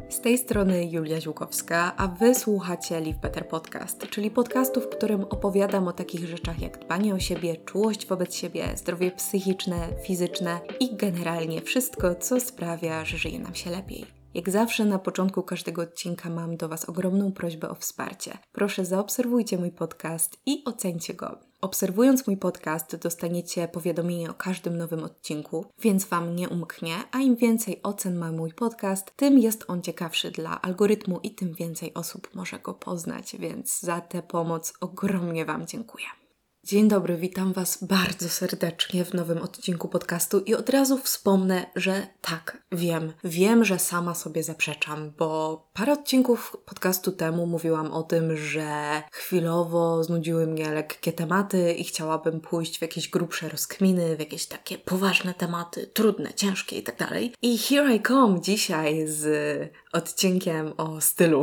Z tej strony Julia Ziłkowska, a Wy słuchacie Live Better Podcast, czyli podcastu, w którym opowiadam o takich rzeczach jak dbanie o siebie, czułość wobec siebie, zdrowie psychiczne, fizyczne i generalnie wszystko, co sprawia, że żyje nam się lepiej. Jak zawsze na początku każdego odcinka mam do Was ogromną prośbę o wsparcie. Proszę zaobserwujcie mój podcast i oceńcie go. Obserwując mój podcast dostaniecie powiadomienie o każdym nowym odcinku, więc Wam nie umknie, a im więcej ocen ma mój podcast, tym jest on ciekawszy dla algorytmu i tym więcej osób może go poznać, więc za tę pomoc ogromnie Wam dziękuję. Dzień dobry, witam Was bardzo serdecznie w nowym odcinku podcastu i od razu wspomnę, że tak, wiem, że sama sobie zaprzeczam, bo parę odcinków podcastu temu mówiłam o tym, że chwilowo znudziły mnie lekkie tematy i chciałabym pójść w jakieś grubsze rozkminy, w jakieś takie poważne tematy, trudne, ciężkie i tak dalej. I here I come dzisiaj z odcinkiem o stylu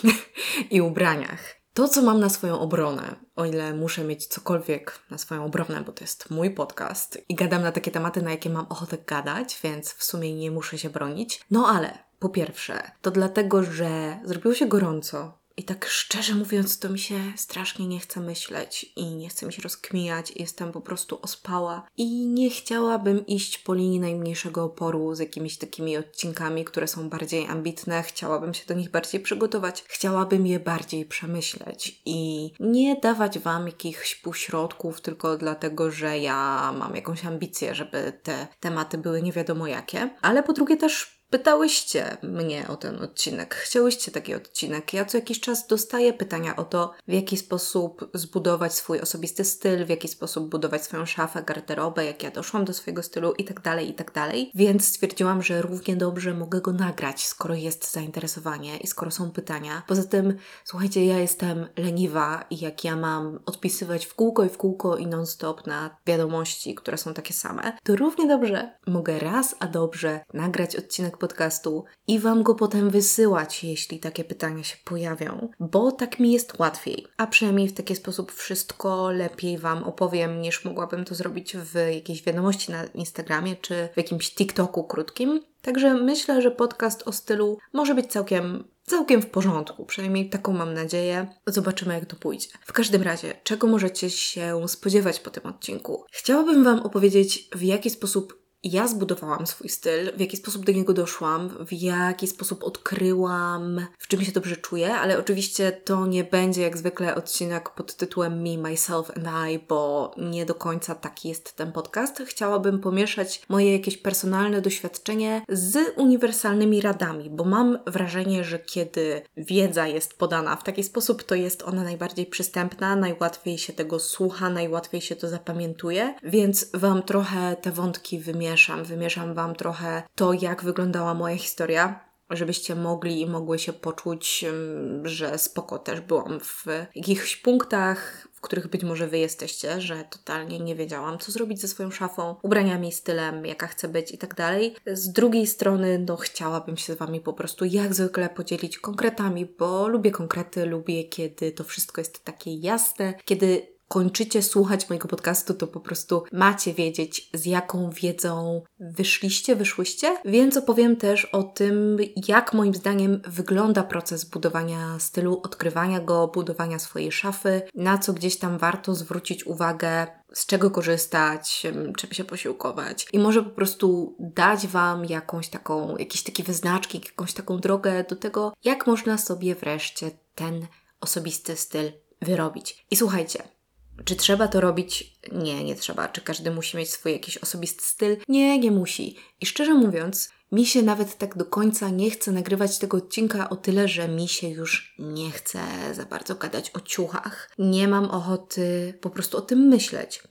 i ubraniach. To, co mam na swoją obronę, o ile muszę mieć cokolwiek na swoją obronę, bo to jest mój podcast i gadam na takie tematy, na jakie mam ochotę gadać, więc w sumie nie muszę się bronić. No ale po pierwsze, to dlatego, że zrobiło się gorąco i tak szczerze mówiąc, to mi się strasznie nie chce myśleć i nie chce mi się rozkminiać i jestem po prostu ospała i nie chciałabym iść po linii najmniejszego oporu z jakimiś takimi odcinkami, które są bardziej ambitne, chciałabym się do nich bardziej przygotować, chciałabym je bardziej przemyśleć i nie dawać Wam jakichś półśrodków tylko dlatego, że ja mam jakąś ambicję, żeby te tematy były nie wiadomo jakie, ale po drugie też pytałyście mnie o ten odcinek, chciałyście taki odcinek. Ja co jakiś czas dostaję pytania o to, w jaki sposób zbudować swój osobisty styl, w jaki sposób budować swoją szafę, garderobę, jak ja doszłam do swojego stylu i tak dalej. Więc stwierdziłam, że równie dobrze mogę go nagrać, skoro jest zainteresowanie i skoro są pytania. Poza tym, słuchajcie, ja jestem leniwa i jak ja mam odpisywać w kółko i non-stop na wiadomości, które są takie same, to równie dobrze mogę raz a dobrze nagrać odcinek podcastu i Wam go potem wysyłać, jeśli takie pytania się pojawią, bo tak mi jest łatwiej, a przynajmniej w taki sposób wszystko lepiej Wam opowiem, niż mogłabym to zrobić w jakiejś wiadomości na Instagramie czy w jakimś TikToku krótkim. Także myślę, że podcast o stylu może być całkiem w porządku, przynajmniej taką mam nadzieję. Zobaczymy, jak to pójdzie. W każdym razie, czego możecie się spodziewać po tym odcinku? Chciałabym Wam opowiedzieć, w jaki sposób ja zbudowałam swój styl, w jaki sposób do niego doszłam, w jaki sposób odkryłam, w czym się dobrze czuję, ale oczywiście to nie będzie jak zwykle odcinek pod tytułem Me, Myself and I, bo nie do końca taki jest ten podcast. Chciałabym pomieszać moje jakieś personalne doświadczenie z uniwersalnymi radami, bo mam wrażenie, że kiedy wiedza jest podana w taki sposób, to jest ona najbardziej przystępna, najłatwiej się tego słucha, najłatwiej się to zapamiętuje, więc Wam trochę te wątki wymieszam Wam trochę to, jak wyglądała moja historia, żebyście mogli i mogły się poczuć, że spoko też byłam w jakichś punktach, w których być może Wy jesteście, że totalnie nie wiedziałam, co zrobić ze swoją szafą, ubraniami, stylem, jaka chcę być i tak dalej. Z drugiej strony, chciałabym się z Wami po prostu jak zwykle podzielić konkretami, bo lubię konkrety, lubię, kiedy to wszystko jest takie jasne, kiedy kończycie słuchać mojego podcastu, to po prostu macie wiedzieć, z jaką wiedzą wyszłyście, więc opowiem też o tym, jak moim zdaniem wygląda proces budowania stylu, odkrywania go, budowania swojej szafy, na co gdzieś tam warto zwrócić uwagę, z czego korzystać, czym się posiłkować i może po prostu dać Wam jakieś takie wyznaczki, jakąś taką drogę do tego, jak można sobie wreszcie ten osobisty styl wyrobić. I słuchajcie, czy trzeba to robić? Nie, nie trzeba. Czy każdy musi mieć swój jakiś osobisty styl? Nie, nie musi. I szczerze mówiąc, mi się nawet tak do końca nie chce nagrywać tego odcinka o tyle, że mi się już nie chce za bardzo gadać o ciuchach. Nie mam ochoty po prostu o tym myśleć.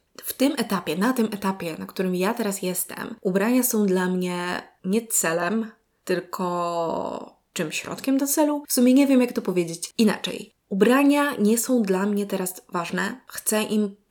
Na tym etapie, na którym ja teraz jestem, ubrania są dla mnie nie celem, tylko środkiem do celu? W sumie nie wiem, jak to powiedzieć inaczej. Ubrania nie są dla mnie teraz ważne. Chcę im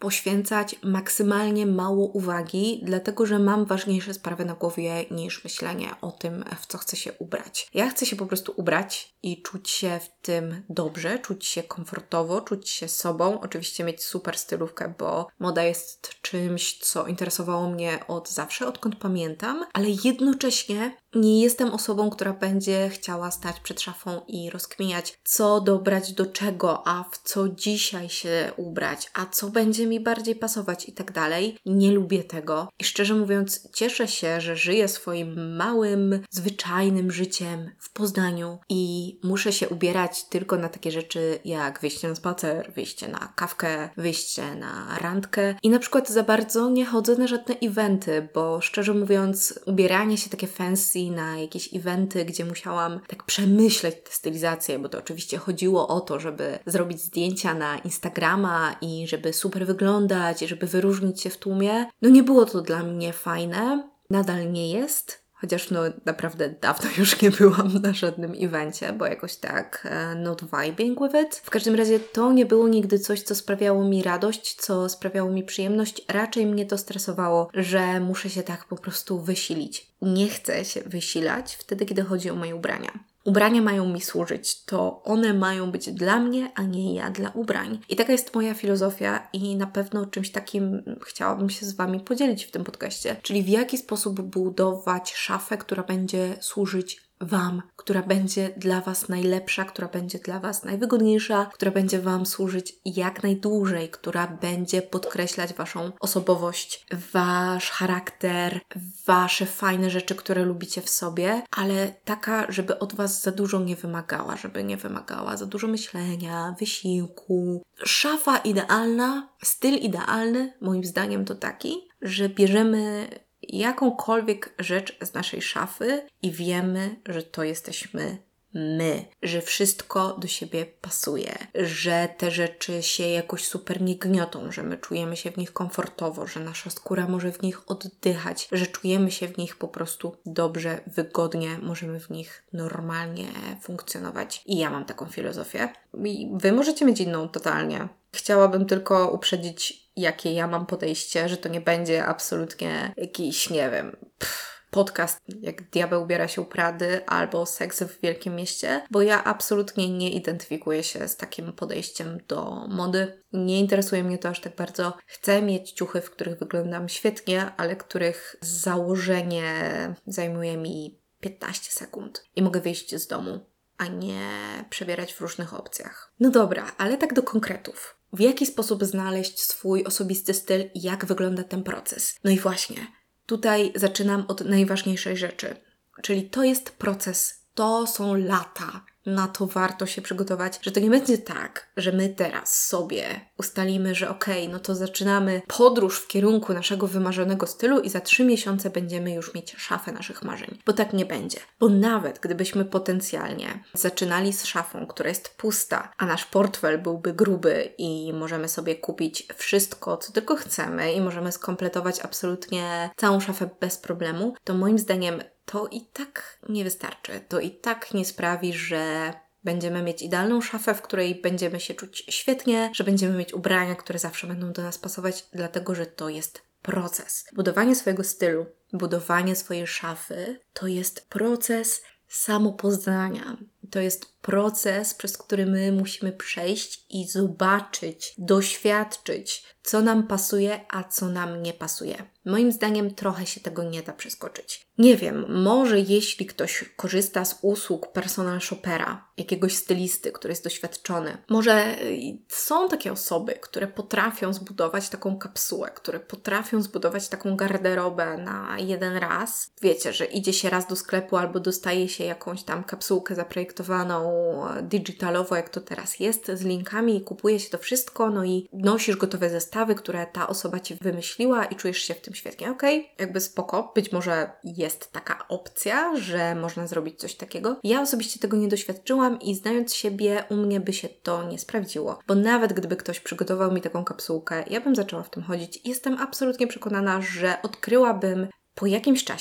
poświęcać maksymalnie mało uwagi, dlatego że mam ważniejsze sprawy na głowie niż myślenie o tym, w co chcę się ubrać. Ja chcę się po prostu ubrać i czuć się w tym dobrze, czuć się komfortowo, czuć się sobą. Oczywiście mieć super stylówkę, bo moda jest czymś, co interesowało mnie od zawsze, odkąd pamiętam, ale jednocześnie nie jestem osobą, która będzie chciała stać przed szafą i rozkminiać, co dobrać do czego, a w co dzisiaj się ubrać, a co będzie mi bardziej pasować i tak dalej. Nie lubię tego. I szczerze mówiąc, cieszę się, że żyję swoim małym, zwyczajnym życiem w Poznaniu i muszę się ubierać tylko na takie rzeczy jak wyjście na spacer, wyjście na kawkę, wyjście na randkę i na przykład za bardzo nie chodzę na żadne eventy, bo szczerze mówiąc, ubieranie się takie fancy na jakieś eventy, gdzie musiałam tak przemyśleć tę stylizację, bo to oczywiście chodziło o to, żeby zrobić zdjęcia na Instagrama i żeby super wyglądać, żeby wyróżnić się w tłumie. No nie było to dla mnie fajne, nadal nie jest. Chociaż naprawdę dawno już nie byłam na żadnym evencie, bo jakoś tak not vibing with it. W każdym razie to nie było nigdy coś, co sprawiało mi radość, co sprawiało mi przyjemność. Raczej mnie to stresowało, że muszę się tak po prostu wysilić. Nie chcę się wysilać wtedy, kiedy chodzi o moje ubrania. Ubrania mają mi służyć, to one mają być dla mnie, a nie ja dla ubrań. I taka jest moja filozofia i na pewno czymś takim chciałabym się z Wami podzielić w tym podcaście. Czyli w jaki sposób budować szafę, która będzie służyć Wam, która będzie dla Was najlepsza, która będzie dla Was najwygodniejsza, która będzie Wam służyć jak najdłużej, która będzie podkreślać Waszą osobowość, Wasz charakter, Wasze fajne rzeczy, które lubicie w sobie, ale taka, żeby od Was za dużo nie wymagała, żeby nie wymagała za dużo myślenia, wysiłku. Szafa idealna, styl idealny, moim zdaniem to taki, że bierzemy jakąkolwiek rzecz z naszej szafy i wiemy, że to jesteśmy my, że wszystko do siebie pasuje, że te rzeczy się jakoś super nie gniotą, że my czujemy się w nich komfortowo, że nasza skóra może w nich oddychać, że czujemy się w nich po prostu dobrze, wygodnie, możemy w nich normalnie funkcjonować. I ja mam taką filozofię. I Wy możecie mieć inną totalnie. Chciałabym tylko uprzedzić, jakie ja mam podejście, że to nie będzie absolutnie jakiś, nie wiem, podcast jak Diabeł ubiera się u Prady albo Seks w Wielkim Mieście, bo ja absolutnie nie identyfikuję się z takim podejściem do mody. Nie interesuje mnie to aż tak bardzo. Chcę mieć ciuchy, w których wyglądam świetnie, ale których założenie zajmuje mi 15 sekund i mogę wyjść z domu, a nie przebierać w różnych opcjach. No dobra, ale tak do konkretów. W jaki sposób znaleźć swój osobisty styl i jak wygląda ten proces? No i właśnie, tutaj zaczynam od najważniejszej rzeczy, czyli to jest proces, to są lata. Na to warto się przygotować, że to nie będzie tak, że my teraz sobie ustalimy, że no to zaczynamy podróż w kierunku naszego wymarzonego stylu i za 3 miesiące będziemy już mieć szafę naszych marzeń. Bo tak nie będzie. Bo nawet gdybyśmy potencjalnie zaczynali z szafą, która jest pusta, a nasz portfel byłby gruby i możemy sobie kupić wszystko, co tylko chcemy i możemy skompletować absolutnie całą szafę bez problemu, to moim zdaniem to i tak nie wystarczy. To i tak nie sprawi, że będziemy mieć idealną szafę, w której będziemy się czuć świetnie, że będziemy mieć ubrania, które zawsze będą do nas pasować, dlatego że to jest proces. Budowanie swojego stylu, budowanie swojej szafy to jest proces samopoznania. To jest proces, przez który my musimy przejść i zobaczyć, doświadczyć, co nam pasuje, a co nam nie pasuje. Moim zdaniem trochę się tego nie da przeskoczyć. Nie wiem, może jeśli ktoś korzysta z usług personal shoppera, jakiegoś stylisty, który jest doświadczony, może są takie osoby, które potrafią zbudować taką kapsułę, które potrafią zbudować taką garderobę na jeden raz. Wiecie, że idzie się raz do sklepu albo dostaje się jakąś tam kapsułkę zaprojektowaną digitalowo, jak to teraz jest, z linkami i kupuje się to wszystko, no i nosisz gotowe zestawy, które ta osoba Ci wymyśliła i czujesz się w tym świetnie. Jakby spoko. Być może jest taka opcja, że można zrobić coś takiego. Ja osobiście tego nie doświadczyłam i znając siebie, u mnie by się to nie sprawdziło. Bo nawet gdyby ktoś przygotował mi taką kapsułkę, ja bym zaczęła w tym chodzić. Jestem absolutnie przekonana, że odkryłabym po jakimś czasie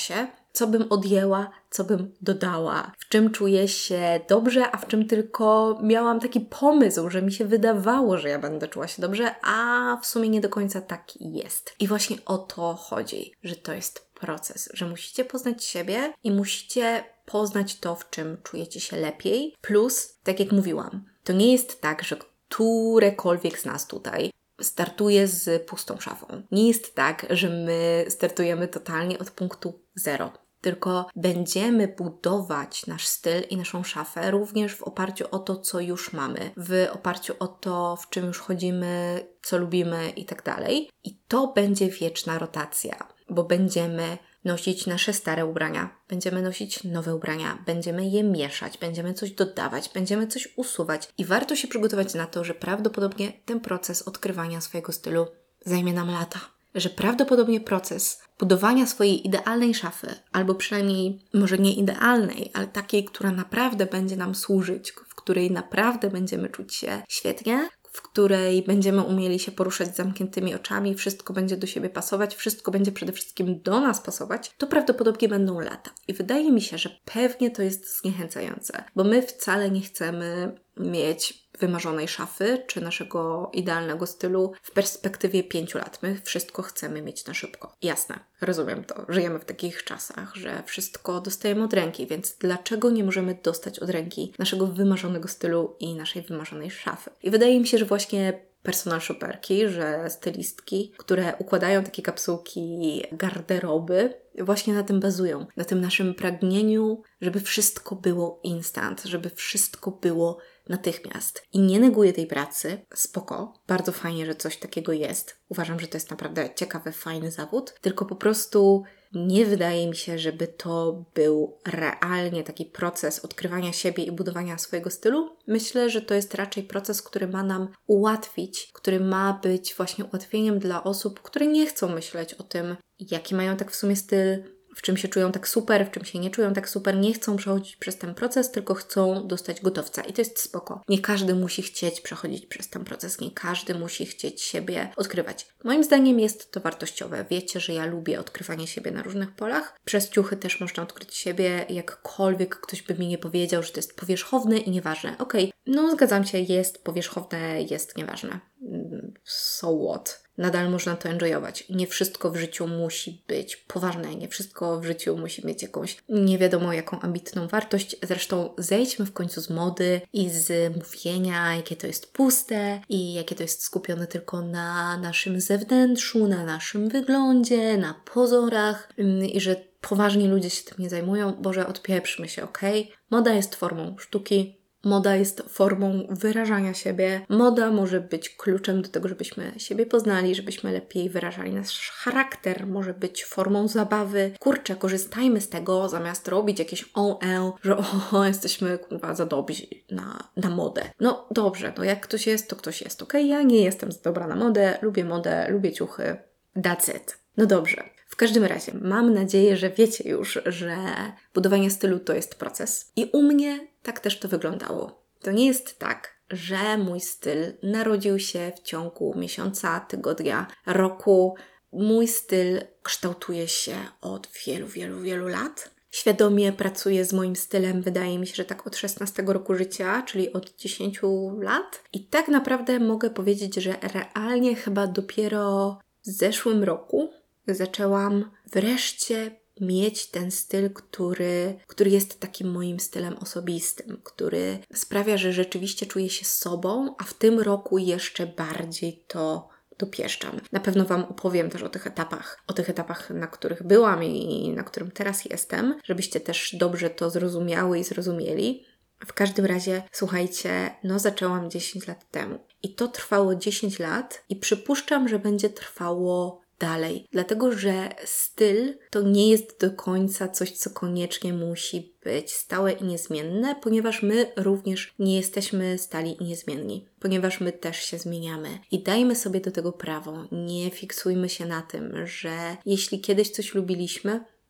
Co bym odjęła, co bym dodała, w czym czuję się dobrze, a w czym tylko miałam taki pomysł, że mi się wydawało, że ja będę czuła się dobrze, a w sumie nie do końca tak jest. I właśnie o to chodzi, że to jest proces, że musicie poznać siebie i musicie poznać to, w czym czujecie się lepiej. Plus, tak jak mówiłam, to nie jest tak, że którekolwiek z nas tutaj startuje z pustą szafą. Nie jest tak, że my startujemy totalnie od punktu zero. Tylko będziemy budować nasz styl i naszą szafę również w oparciu o to, co już mamy, w oparciu o to, w czym już chodzimy, co lubimy i tak dalej. I to będzie wieczna rotacja, bo będziemy nosić nasze stare ubrania, będziemy nosić nowe ubrania, będziemy je mieszać, będziemy coś dodawać, będziemy coś usuwać i warto się przygotować na to, że prawdopodobnie ten proces odkrywania swojego stylu zajmie nam lata. Że prawdopodobnie proces budowania swojej idealnej szafy, albo przynajmniej może nie idealnej, ale takiej, która naprawdę będzie nam służyć, w której naprawdę będziemy czuć się świetnie, w której będziemy umieli się poruszać z zamkniętymi oczami, wszystko będzie do siebie pasować, wszystko będzie przede wszystkim do nas pasować, to prawdopodobnie będą lata. I wydaje mi się, że pewnie to jest zniechęcające, bo my wcale nie chcemy mieć wymarzonej szafy, czy naszego idealnego stylu w perspektywie 5 lat. My wszystko chcemy mieć na szybko. Jasne, rozumiem to. Żyjemy w takich czasach, że wszystko dostajemy od ręki, więc dlaczego nie możemy dostać od ręki naszego wymarzonego stylu i naszej wymarzonej szafy? I wydaje mi się, że właśnie personal shopperki, że stylistki, które układają takie kapsułki garderoby, właśnie na tym bazują. Na tym naszym pragnieniu, żeby wszystko było instant, żeby wszystko było natychmiast. I nie neguję tej pracy, spoko, bardzo fajnie, że coś takiego jest. Uważam, że to jest naprawdę ciekawy, fajny zawód, tylko po prostu nie wydaje mi się, żeby to był realnie taki proces odkrywania siebie i budowania swojego stylu. Myślę, że to jest raczej proces, który ma nam ułatwić, który ma być właśnie ułatwieniem dla osób, które nie chcą myśleć o tym, jaki mają tak w sumie styl, w czym się czują tak super, w czym się nie czują tak super, nie chcą przechodzić przez ten proces, tylko chcą dostać gotowca. I to jest spoko. Nie każdy musi chcieć przechodzić przez ten proces, nie każdy musi chcieć siebie odkrywać. Moim zdaniem jest to wartościowe. Wiecie, że ja lubię odkrywanie siebie na różnych polach. Przez ciuchy też można odkryć siebie, jakkolwiek ktoś by mi nie powiedział, że to jest powierzchowne i nieważne. Okej, no zgadzam się, jest powierzchowne, jest nieważne. So what? Nadal można to enjoyować. Nie wszystko w życiu musi być poważne, nie wszystko w życiu musi mieć jakąś nie wiadomo jaką ambitną wartość. Zresztą zejdźmy w końcu z mody i z mówienia, jakie to jest puste i jakie to jest skupione tylko na naszym zewnętrzu, na naszym wyglądzie, na pozorach i że poważni ludzie się tym nie zajmują. Boże, odpieprzmy się, okej? Moda jest formą sztuki. Moda jest formą wyrażania siebie. Moda może być kluczem do tego, żebyśmy siebie poznali, żebyśmy lepiej wyrażali nasz charakter. Może być formą zabawy. Kurczę, korzystajmy z tego, zamiast robić jakieś że jesteśmy kurwa za dobrzy na modę. No dobrze, no jak ktoś jest, to ktoś jest, okej? Ja nie jestem za dobra na modę, lubię ciuchy. That's it. No dobrze. W każdym razie, mam nadzieję, że wiecie już, że budowanie stylu to jest proces. I u mnie tak też to wyglądało. To nie jest tak, że mój styl narodził się w ciągu miesiąca, tygodnia, roku. Mój styl kształtuje się od wielu lat. Świadomie pracuję z moim stylem, wydaje mi się, że tak od 16 roku życia, czyli od 10 lat. I tak naprawdę mogę powiedzieć, że realnie chyba dopiero w zeszłym roku zaczęłam wreszcie mieć ten styl, który jest takim moim stylem osobistym, który sprawia, że rzeczywiście czuję się sobą, a w tym roku jeszcze bardziej to dopieszczam. Na pewno Wam opowiem też o tych etapach, na których byłam i na którym teraz jestem, żebyście też dobrze to zrozumiały i zrozumieli. W każdym razie, słuchajcie, zaczęłam 10 lat temu i to trwało 10 lat i przypuszczam, że będzie trwało dalej. Dlatego, że styl to nie jest do końca coś, co koniecznie musi być stałe i niezmienne, ponieważ my również nie jesteśmy stali i niezmienni. Ponieważ my też się zmieniamy. I dajmy sobie do tego prawo. Nie fiksujmy się na tym, że jeśli kiedyś coś lubiliśmy,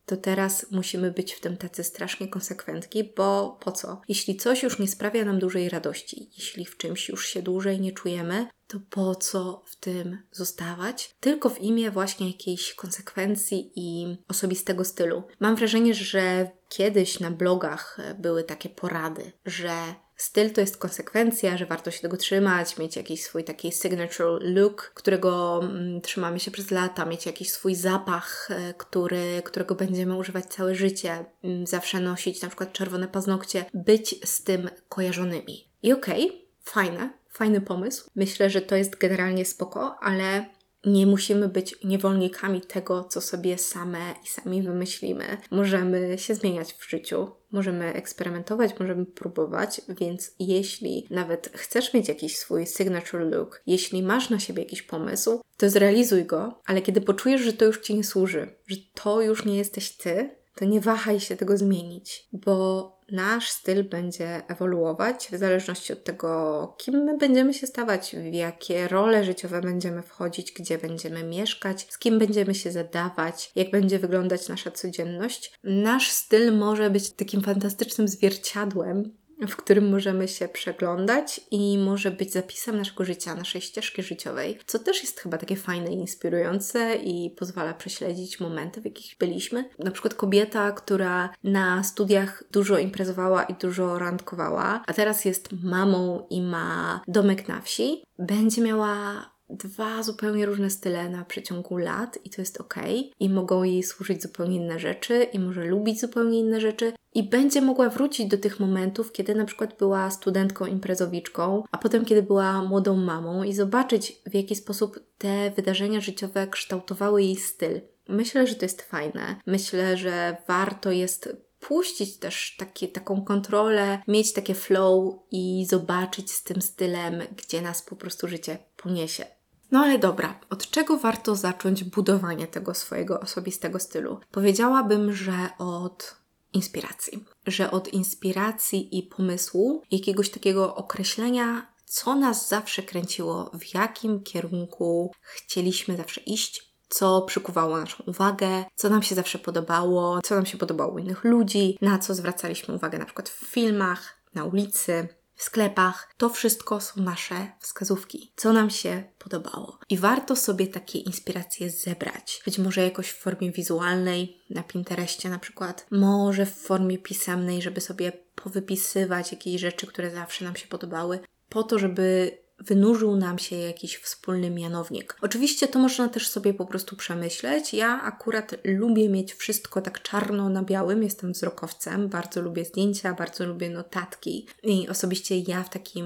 to teraz musimy być w tym tacy strasznie konsekwentni, bo po co? Jeśli coś już nie sprawia nam dużej radości, jeśli w czymś już się dłużej nie czujemy, to po co w tym zostawać? Tylko w imię właśnie jakiejś konsekwencji i osobistego stylu. Mam wrażenie, że kiedyś na blogach były takie porady, że styl to jest konsekwencja, że warto się tego trzymać, mieć jakiś swój taki signature look, którego trzymamy się przez lata, mieć jakiś swój zapach, którego będziemy używać całe życie, zawsze nosić na przykład czerwone paznokcie, być z tym kojarzonymi. I okej, fajny pomysł. Myślę, że to jest generalnie spoko, ale nie musimy być niewolnikami tego, co sobie sami wymyślimy. Możemy się zmieniać w życiu, możemy eksperymentować, możemy próbować, więc jeśli nawet chcesz mieć jakiś swój signature look, jeśli masz na siebie jakiś pomysł, to zrealizuj go, ale kiedy poczujesz, że to już Ci nie służy, że to już nie jesteś Ty, to nie wahaj się tego zmienić, bo nasz styl będzie ewoluować w zależności od tego, kim my będziemy się stawać, w jakie role życiowe będziemy wchodzić, gdzie będziemy mieszkać, z kim będziemy się zadawać, jak będzie wyglądać nasza codzienność. Nasz styl może być takim fantastycznym zwierciadłem, w którym możemy się przeglądać i może być zapisem naszego życia, naszej ścieżki życiowej, co też jest chyba takie fajne i inspirujące i pozwala prześledzić momenty, w jakich byliśmy. Na przykład kobieta, która na studiach dużo imprezowała i dużo randkowała, a teraz jest mamą i ma domek na wsi, będzie miała 2 zupełnie różne style na przeciągu lat i to jest okej. I mogą jej służyć zupełnie inne rzeczy i może lubić zupełnie inne rzeczy i będzie mogła wrócić do tych momentów, kiedy na przykład była studentką imprezowiczką, a potem kiedy była młodą mamą i zobaczyć, w jaki sposób te wydarzenia życiowe kształtowały jej styl. Myślę, że to jest fajne. Myślę, że warto jest puścić też taką kontrolę, mieć takie flow i zobaczyć z tym stylem, gdzie nas po prostu życie poniesie. No ale dobra, od czego warto zacząć budowanie tego swojego osobistego stylu? Powiedziałabym, że od inspiracji. Że od inspiracji i pomysłu, jakiegoś takiego określenia, co nas zawsze kręciło, w jakim kierunku chcieliśmy zawsze iść, co przykuwało naszą uwagę, co nam się zawsze podobało, co nam się podobało u innych ludzi, na co zwracaliśmy uwagę na przykład w filmach, na ulicy, w sklepach. To wszystko są nasze wskazówki, co nam się podobało. I warto sobie takie inspiracje zebrać. Być może jakoś w formie wizualnej, na Pinterestie na przykład, może w formie pisemnej, żeby sobie powypisywać jakieś rzeczy, które zawsze nam się podobały, po to, żeby wynurzył nam się jakiś wspólny mianownik. Oczywiście to można też sobie po prostu przemyśleć. Ja akurat lubię mieć wszystko tak czarno na białym. Jestem wzrokowcem, bardzo lubię zdjęcia, bardzo lubię notatki i osobiście ja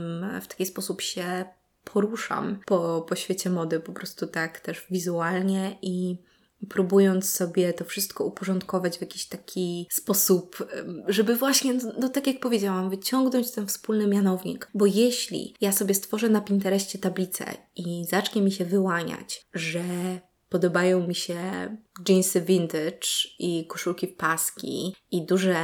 w taki sposób się poruszam po świecie mody, po prostu tak też wizualnie i próbując sobie to wszystko uporządkować w jakiś taki sposób, żeby właśnie, no tak jak powiedziałam, wyciągnąć ten wspólny mianownik. Bo jeśli ja sobie stworzę na Pinterestie tablicę i zacznie mi się wyłaniać, że podobają mi się dżinsy vintage i koszulki w paski i duże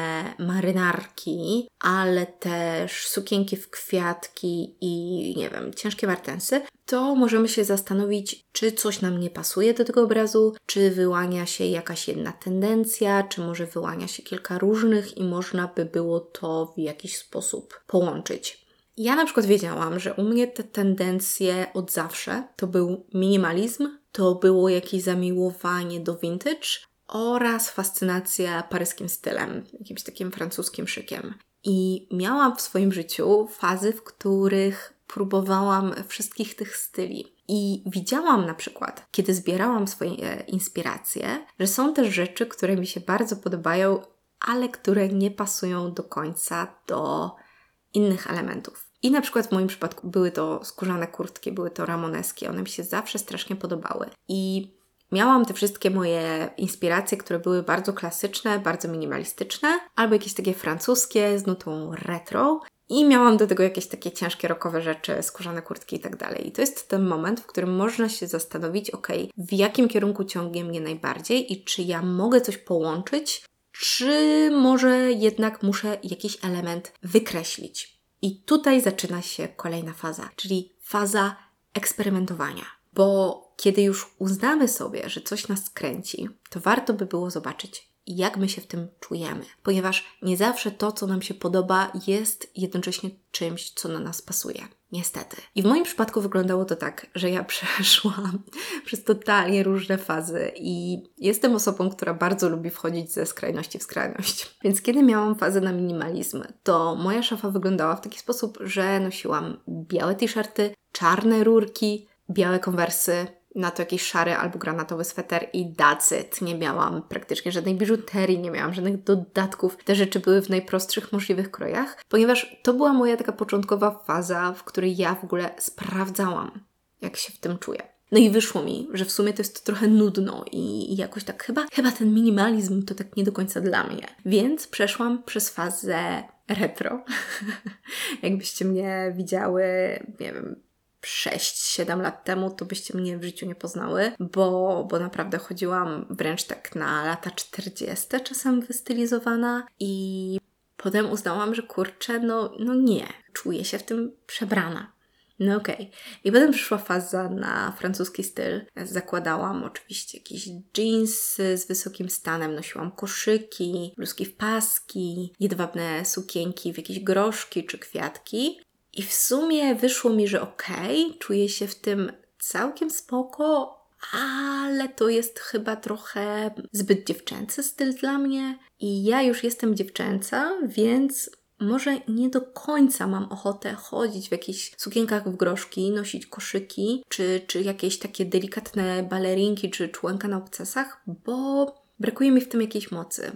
marynarki, ale też sukienki w kwiatki i nie wiem, ciężkie martensy, to możemy się zastanowić, czy coś nam nie pasuje do tego obrazu, czy wyłania się jakaś jedna tendencja, czy może wyłania się kilka różnych i można by było to w jakiś sposób połączyć. Ja na przykład wiedziałam, że u mnie te tendencje od zawsze to był minimalizm, to było jakieś zamiłowanie do vintage oraz fascynacja paryskim stylem, jakimś takim francuskim szykiem. I miałam w swoim życiu fazy, w których próbowałam wszystkich tych styli. I widziałam na przykład, kiedy zbierałam swoje inspiracje, że są też rzeczy, które mi się bardzo podobają, ale które nie pasują do końca do innych elementów. I na przykład w moim przypadku były to skórzane kurtki, były to ramoneski, one mi się zawsze strasznie podobały. I miałam te wszystkie moje inspiracje, które były bardzo klasyczne, bardzo minimalistyczne, albo jakieś takie francuskie z nutą retro. I miałam do tego jakieś takie ciężkie rockowe rzeczy, skórzane kurtki i tak dalej. I to jest ten moment, w którym można się zastanowić, w jakim kierunku ciągnie mnie najbardziej i czy ja mogę coś połączyć, czy może jednak muszę jakiś element wykreślić. I tutaj zaczyna się kolejna faza, czyli faza eksperymentowania. Bo kiedy już uznamy sobie, że coś nas kręci, to warto by było zobaczyć, jak my się w tym czujemy. Ponieważ nie zawsze to, co nam się podoba, jest jednocześnie czymś, co na nas pasuje. Niestety. I w moim przypadku wyglądało to tak, że ja przeszłam przez totalnie różne fazy i jestem osobą, która bardzo lubi wchodzić ze skrajności w skrajność. Więc kiedy miałam fazę na minimalizm, to moja szafa wyglądała w taki sposób, że nosiłam białe t-shirty, czarne rurki, białe konwersy, na to jakiś szary albo granatowy sweter i that's it. Nie miałam praktycznie żadnej biżuterii, nie miałam żadnych dodatków. Te rzeczy były w najprostszych możliwych krojach, ponieważ to była moja taka początkowa faza, w której ja w ogóle sprawdzałam, jak się w tym czuję. No i wyszło mi, że w sumie to jest trochę nudno i jakoś tak chyba ten minimalizm to tak nie do końca dla mnie. Więc przeszłam przez fazę retro. Jakbyście mnie widziały, nie wiem, 6-7 lat temu, to byście mnie w życiu nie poznały, bo naprawdę chodziłam wręcz tak na lata 40 czasem wystylizowana i potem uznałam, że kurczę, no nie, czuję się w tym przebrana. No okej. I potem przyszła faza na francuski styl. Zakładałam oczywiście jakieś dżinsy z wysokim stanem, nosiłam koszyki, bluzki w paski, jedwabne sukienki w jakieś groszki czy kwiatki. I w sumie wyszło mi, że czuję się w tym całkiem spoko, ale to jest chyba trochę zbyt dziewczęcy styl dla mnie. I ja już jestem dziewczęca, więc może nie do końca mam ochotę chodzić w jakichś sukienkach w groszki, nosić koszyki, czy jakieś takie delikatne balerinki, czy członka na obcasach, bo brakuje mi w tym jakiejś mocy.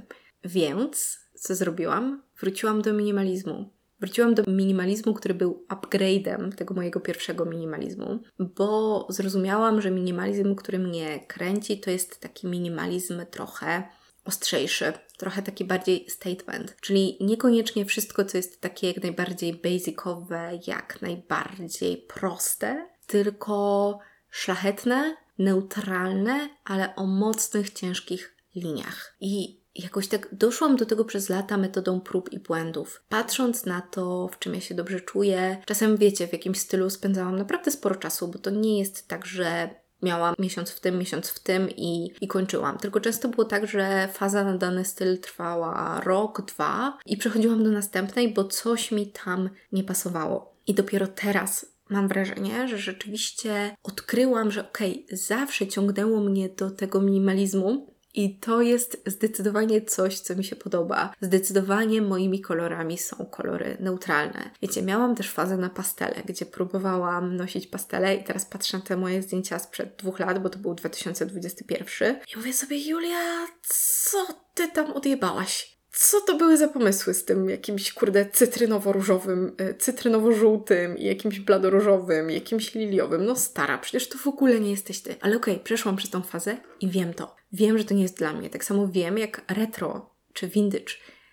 Więc co zrobiłam? Wróciłam do minimalizmu. Wróciłam do minimalizmu, który był upgrade'em tego mojego pierwszego minimalizmu, bo zrozumiałam, że minimalizm, który mnie kręci, to jest taki minimalizm trochę ostrzejszy, trochę taki bardziej statement, czyli niekoniecznie wszystko, co jest takie jak najbardziej basicowe, jak najbardziej proste, tylko szlachetne, neutralne, ale o mocnych, ciężkich liniach. I jakoś tak doszłam do tego przez lata metodą prób i błędów. Patrząc na to, w czym ja się dobrze czuję, czasem wiecie, w jakim stylu spędzałam naprawdę sporo czasu, bo to nie jest tak, że miałam miesiąc w tym i kończyłam. Tylko często było tak, że faza na dany styl trwała rok, 2 i przechodziłam do następnej, bo coś mi tam nie pasowało. I dopiero teraz mam wrażenie, że rzeczywiście odkryłam, że zawsze ciągnęło mnie do tego minimalizmu, i to jest zdecydowanie coś, co mi się podoba. Zdecydowanie moimi kolorami są kolory neutralne. Wiecie, miałam też fazę na pastele, gdzie próbowałam nosić pastele i teraz patrzę na te moje zdjęcia sprzed 2 lat, bo to był 2021 i mówię sobie, Julia, co ty tam odjebałaś? Co to były za pomysły z tym jakimś, cytrynowo-różowym, cytrynowo-żółtym i jakimś bladoróżowym, jakimś liliowym? No stara, przecież to w ogóle nie jesteś ty. Ale przeszłam przez tą fazę i wiem to. Wiem, że to nie jest dla mnie. Tak samo wiem, jak retro czy vintage.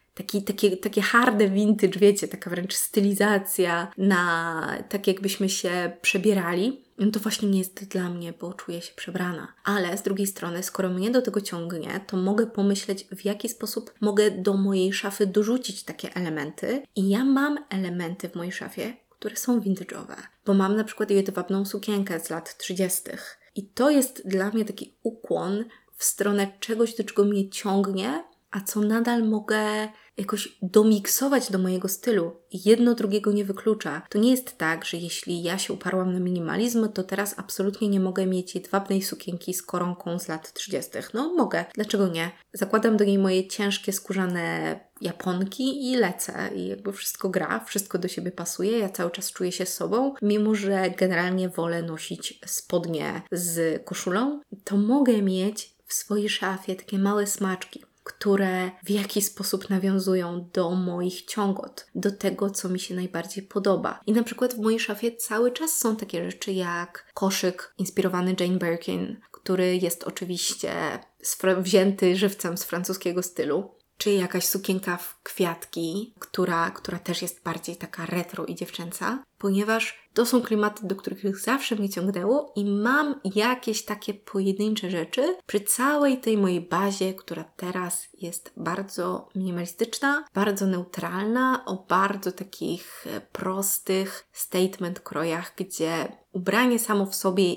Takie harde vintage, wiecie, taka wręcz stylizacja na tak jakbyśmy się przebierali. No to właśnie nie jest dla mnie, bo czuję się przebrana. Ale z drugiej strony, skoro mnie do tego ciągnie, to mogę pomyśleć, w jaki sposób mogę do mojej szafy dorzucić takie elementy. I ja mam elementy w mojej szafie, które są vintage'owe. Bo mam na przykład jedwabną sukienkę z lat 30. I to jest dla mnie taki ukłon w stronę czegoś, do czego mnie ciągnie, a co nadal mogę jakoś domiksować do mojego stylu. I jedno drugiego nie wyklucza. To nie jest tak, że jeśli ja się uparłam na minimalizm, to teraz absolutnie nie mogę mieć jedwabnej sukienki z koronką z lat 30. No mogę. Dlaczego nie? Zakładam do niej moje ciężkie, skórzane japonki i lecę. I jakby wszystko gra, wszystko do siebie pasuje. Ja cały czas czuję się sobą. Mimo że generalnie wolę nosić spodnie z koszulą, to mogę mieć w swojej szafie takie małe smaczki, które w jakiś sposób nawiązują do moich ciągot, do tego, co mi się najbardziej podoba. I na przykład w mojej szafie cały czas są takie rzeczy jak koszyk inspirowany Jane Birkin, który jest oczywiście wzięty żywcem z francuskiego stylu, czy jakaś sukienka w kwiatki, która też jest bardziej taka retro i dziewczęca, ponieważ to są klimaty, do których zawsze mnie ciągnęło i mam jakieś takie pojedyncze rzeczy przy całej tej mojej bazie, która teraz jest bardzo minimalistyczna, bardzo neutralna, o bardzo takich prostych statement krojach, gdzie ubranie samo w sobie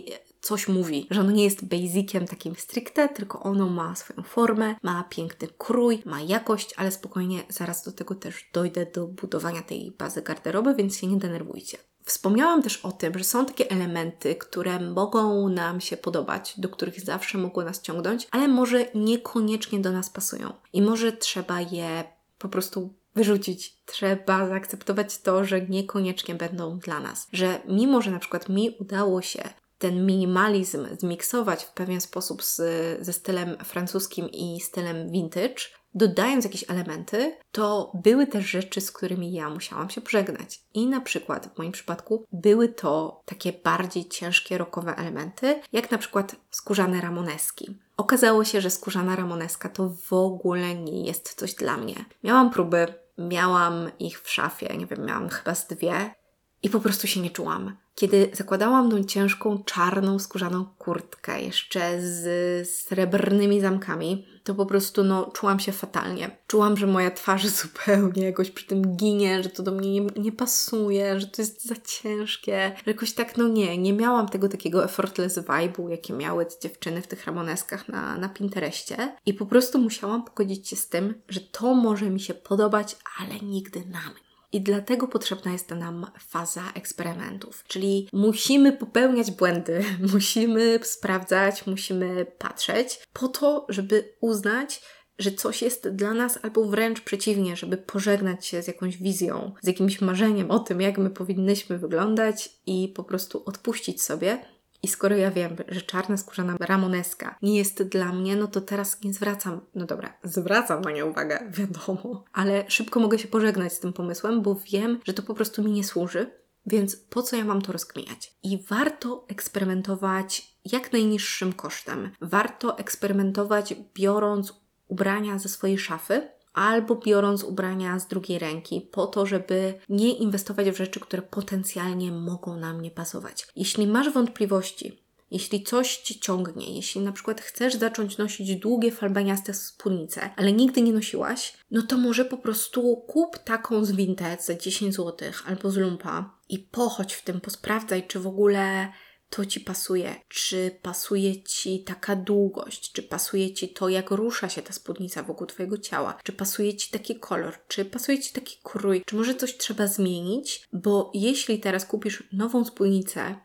coś mówi, że ono nie jest basiciem takim stricte, tylko ono ma swoją formę, ma piękny krój, ma jakość, ale spokojnie zaraz do tego też dojdę do budowania tej bazy garderoby, więc się nie denerwujcie. Wspomniałam też o tym, że są takie elementy, które mogą nam się podobać, do których zawsze mogło nas ciągnąć, ale może niekoniecznie do nas pasują. I może trzeba je po prostu wyrzucić. Trzeba zaakceptować to, że niekoniecznie będą dla nas. Że mimo, że na przykład mi udało się ten minimalizm zmiksować w pewien sposób ze stylem francuskim i stylem vintage, dodając jakieś elementy, to były też rzeczy, z którymi ja musiałam się pożegnać. I na przykład w moim przypadku były to takie bardziej ciężkie rockowe elementy, jak na przykład skórzane ramoneski. Okazało się, że skórzana ramoneska to w ogóle nie jest coś dla mnie. Miałam próby, miałam ich w szafie, nie wiem, miałam chyba z 2 i po prostu się nie czułam. Kiedy zakładałam tą ciężką, czarną, skórzaną kurtkę, jeszcze z srebrnymi zamkami, to po prostu czułam się fatalnie. Czułam, że moja twarz zupełnie jakoś przy tym ginie, że to do mnie nie pasuje, że to jest za ciężkie, że jakoś tak, nie miałam tego takiego effortless vibe'u, jakie miały te dziewczyny w tych ramoneskach na Pinterestie i po prostu musiałam pogodzić się z tym, że to może mi się podobać, ale nigdy na mnie. I dlatego potrzebna jest nam faza eksperymentów. Czyli musimy popełniać błędy, musimy sprawdzać, musimy patrzeć po to, żeby uznać, że coś jest dla nas, albo wręcz przeciwnie, żeby pożegnać się z jakąś wizją, z jakimś marzeniem o tym, jak my powinnyśmy wyglądać i po prostu odpuścić sobie. I skoro ja wiem, że czarna skórzana ramoneska nie jest dla mnie, to teraz nie zwracam, zwracam na nie uwagę, wiadomo, ale szybko mogę się pożegnać z tym pomysłem, bo wiem, że to po prostu mi nie służy, więc po co ja mam to rozkminiać? I warto eksperymentować jak najniższym kosztem. Warto eksperymentować biorąc ubrania ze swojej szafy, albo biorąc ubrania z drugiej ręki po to, żeby nie inwestować w rzeczy, które potencjalnie mogą nam nie pasować. Jeśli masz wątpliwości, jeśli coś Cię ciągnie, jeśli na przykład chcesz zacząć nosić długie, falbaniaste spódnice, ale nigdy nie nosiłaś, to może po prostu kup taką z Vinted za 10 zł albo z Lumpa i pochodź w tym, posprawdzaj, czy w ogóle to Ci pasuje, czy pasuje Ci taka długość, czy pasuje Ci to, jak rusza się ta spódnica wokół Twojego ciała, czy pasuje Ci taki kolor, czy pasuje Ci taki krój, czy może coś trzeba zmienić, bo jeśli teraz kupisz nową spódnicę,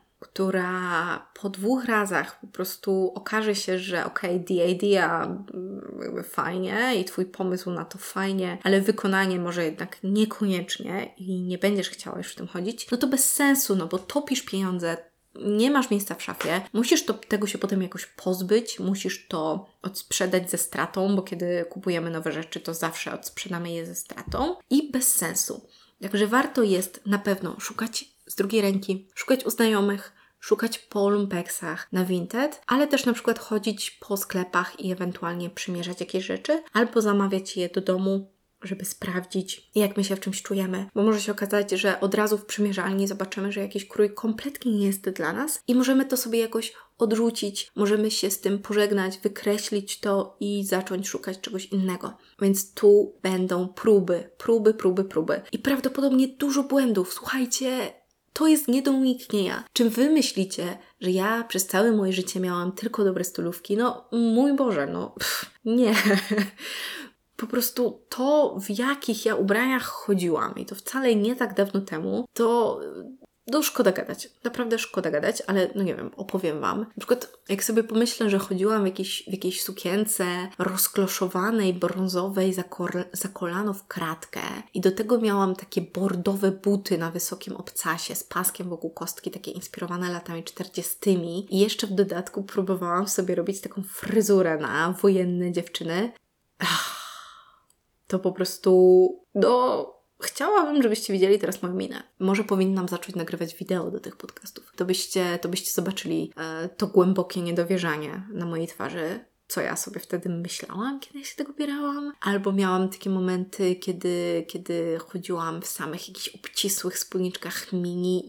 która po 2 razach po prostu okaże się, że the idea fajnie i Twój pomysł na to fajnie, ale wykonanie może jednak niekoniecznie i nie będziesz chciała już w tym chodzić, to bez sensu, bo topisz pieniądze, nie masz miejsca w szafie, musisz tego się potem jakoś pozbyć, musisz to odsprzedać ze stratą, bo kiedy kupujemy nowe rzeczy, to zawsze odsprzedamy je ze stratą i bez sensu. Także warto jest na pewno szukać z drugiej ręki, szukać u znajomych, szukać po lumpeksach na Vinted, ale też na przykład chodzić po sklepach i ewentualnie przymierzać jakieś rzeczy, albo zamawiać je do domu, żeby sprawdzić, jak my się w czymś czujemy. Bo może się okazać, że od razu w przymierzalni zobaczymy, że jakiś krój kompletnie nie jest dla nas i możemy to sobie jakoś odrzucić, możemy się z tym pożegnać, wykreślić to i zacząć szukać czegoś innego. Więc tu będą próby. I prawdopodobnie dużo błędów. Słuchajcie, to jest nie do uniknienia. Czy Wy myślicie, że ja przez całe moje życie miałam tylko dobre stylówki? Mój Boże, nie. Po prostu to, w jakich ja ubraniach chodziłam i to wcale nie tak dawno temu, to szkoda gadać. Naprawdę szkoda gadać, ale nie wiem, opowiem Wam. Na przykład jak sobie pomyślę, że chodziłam w jakiejś sukience rozkloszowanej, brązowej, za kolano w kratkę i do tego miałam takie bordowe buty na wysokim obcasie z paskiem wokół kostki, takie inspirowane latami 40. I jeszcze w dodatku próbowałam sobie robić taką fryzurę na wojenne dziewczyny. To po prostu, chciałabym, żebyście widzieli teraz moją minę. Może powinnam zacząć nagrywać wideo do tych podcastów. To byście zobaczyli to głębokie niedowierzanie na mojej twarzy, co ja sobie wtedy myślałam, kiedy ja się tego bierałam. Albo miałam takie momenty, kiedy chodziłam w samych jakichś obcisłych spódniczkach mini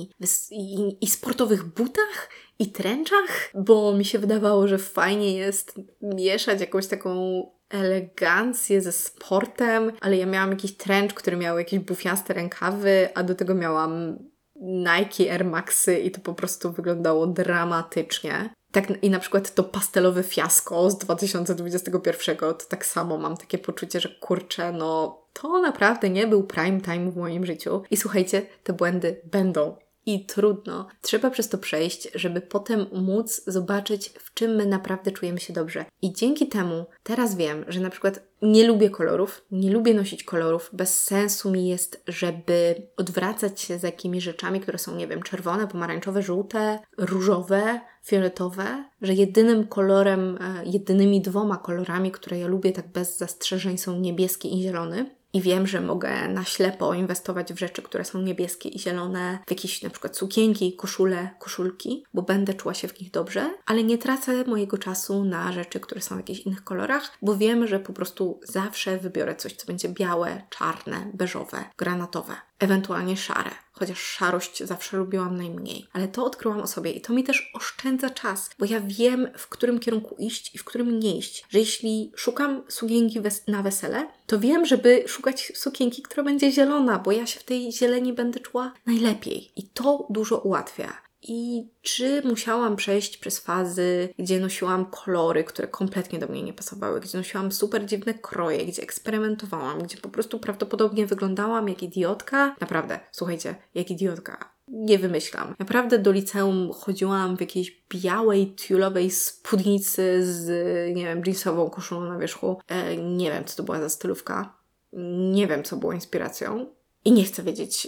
i sportowych butach i tręczach, bo mi się wydawało, że fajnie jest mieszać jakąś taką elegancję ze sportem, ale ja miałam jakiś trench, który miał jakieś bufiaste rękawy, a do tego miałam Nike Air Maxy i to po prostu wyglądało dramatycznie. Tak, i na przykład to pastelowe fiasko z 2021, to tak samo mam takie poczucie, że kurczę, no to naprawdę nie był prime time w moim życiu. I słuchajcie, te błędy będą. I trudno. Trzeba przez to przejść, żeby potem móc zobaczyć, w czym my naprawdę czujemy się dobrze. I dzięki temu teraz wiem, że na przykład nie lubię kolorów, nie lubię nosić kolorów. Bez sensu mi jest, żeby odwracać się za jakimiś rzeczami, które są, nie wiem, czerwone, pomarańczowe, żółte, różowe, fioletowe, że jedynym kolorem, jedynymi 2 kolorami, które ja lubię tak bez zastrzeżeń są niebieski i zielony. I wiem, że mogę na ślepo inwestować w rzeczy, które są niebieskie i zielone, w jakieś na przykład sukienki, koszule, koszulki, bo będę czuła się w nich dobrze, ale nie tracę mojego czasu na rzeczy, które są w jakichś innych kolorach, bo wiem, że po prostu zawsze wybiorę coś, co będzie białe, czarne, beżowe, granatowe, ewentualnie szare. Chociaż szarość zawsze lubiłam najmniej. Ale to odkryłam o sobie i to mi też oszczędza czas, bo ja wiem, w którym kierunku iść i w którym nie iść. Że jeśli szukam sukienki na wesele, to wiem, żeby szukać sukienki, która będzie zielona, bo ja się w tej zieleni będę czuła najlepiej. I to dużo ułatwia. I czy musiałam przejść przez fazy, gdzie nosiłam kolory, które kompletnie do mnie nie pasowały, gdzie nosiłam super dziwne kroje, gdzie eksperymentowałam, gdzie po prostu prawdopodobnie wyglądałam jak idiotka? Naprawdę, słuchajcie, jak idiotka. Nie wymyślam. Naprawdę do liceum chodziłam w jakiejś białej, tiulowej spódnicy z, nie wiem, jeansową koszulą na wierzchu. Nie wiem, co to była za stylówka. Nie wiem, co było inspiracją. I nie chcę wiedzieć,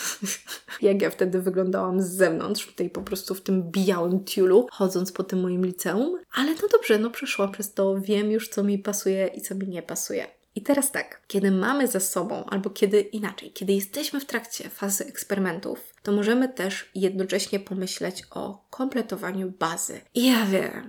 jak ja wtedy wyglądałam z zewnątrz, w tym białym tiulu, chodząc po tym moim liceum. Ale no dobrze, no przeszłam przez to, wiem już, co mi pasuje i co mi nie pasuje. I teraz tak, kiedy mamy za sobą, albo kiedy jesteśmy w trakcie fazy eksperymentów, to możemy też jednocześnie pomyśleć o kompletowaniu bazy. I ja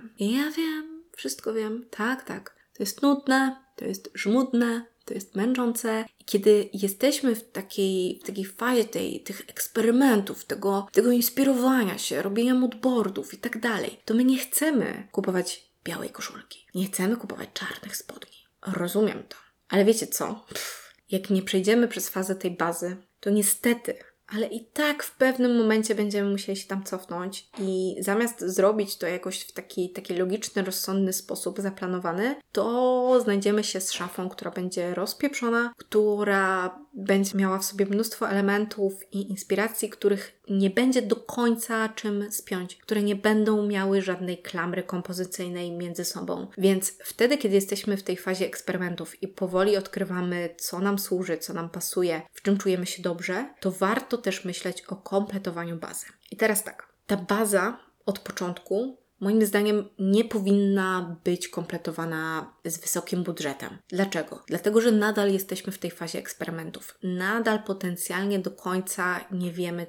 wiem, wszystko wiem, tak. To jest nudne, to jest żmudne, to jest męczące. I kiedy jesteśmy w takiej fazie tych eksperymentów, tego inspirowania się, robienia moodboardów i tak dalej, to my nie chcemy kupować białej koszulki. Nie chcemy kupować czarnych spodni. Rozumiem to. Ale wiecie co? Jak nie przejdziemy przez fazę tej bazy, to niestety, ale i tak w pewnym momencie będziemy musieli się tam cofnąć i zamiast zrobić to jakoś w taki logiczny, rozsądny sposób zaplanowany, to znajdziemy się z szafą, która będzie rozpieprzona, która będzie miała w sobie mnóstwo elementów i inspiracji, których nie będzie do końca czym spiąć, które nie będą miały żadnej klamry kompozycyjnej między sobą. Więc wtedy, kiedy jesteśmy w tej fazie eksperymentów i powoli odkrywamy, co nam służy, co nam pasuje, w czym czujemy się dobrze, to warto też myśleć o kompletowaniu bazy. I teraz tak, ta baza od początku moim zdaniem nie powinna być kompletowana z wysokim budżetem. Dlaczego? Dlatego, że nadal jesteśmy w tej fazie eksperymentów. Nadal potencjalnie do końca nie wiemy,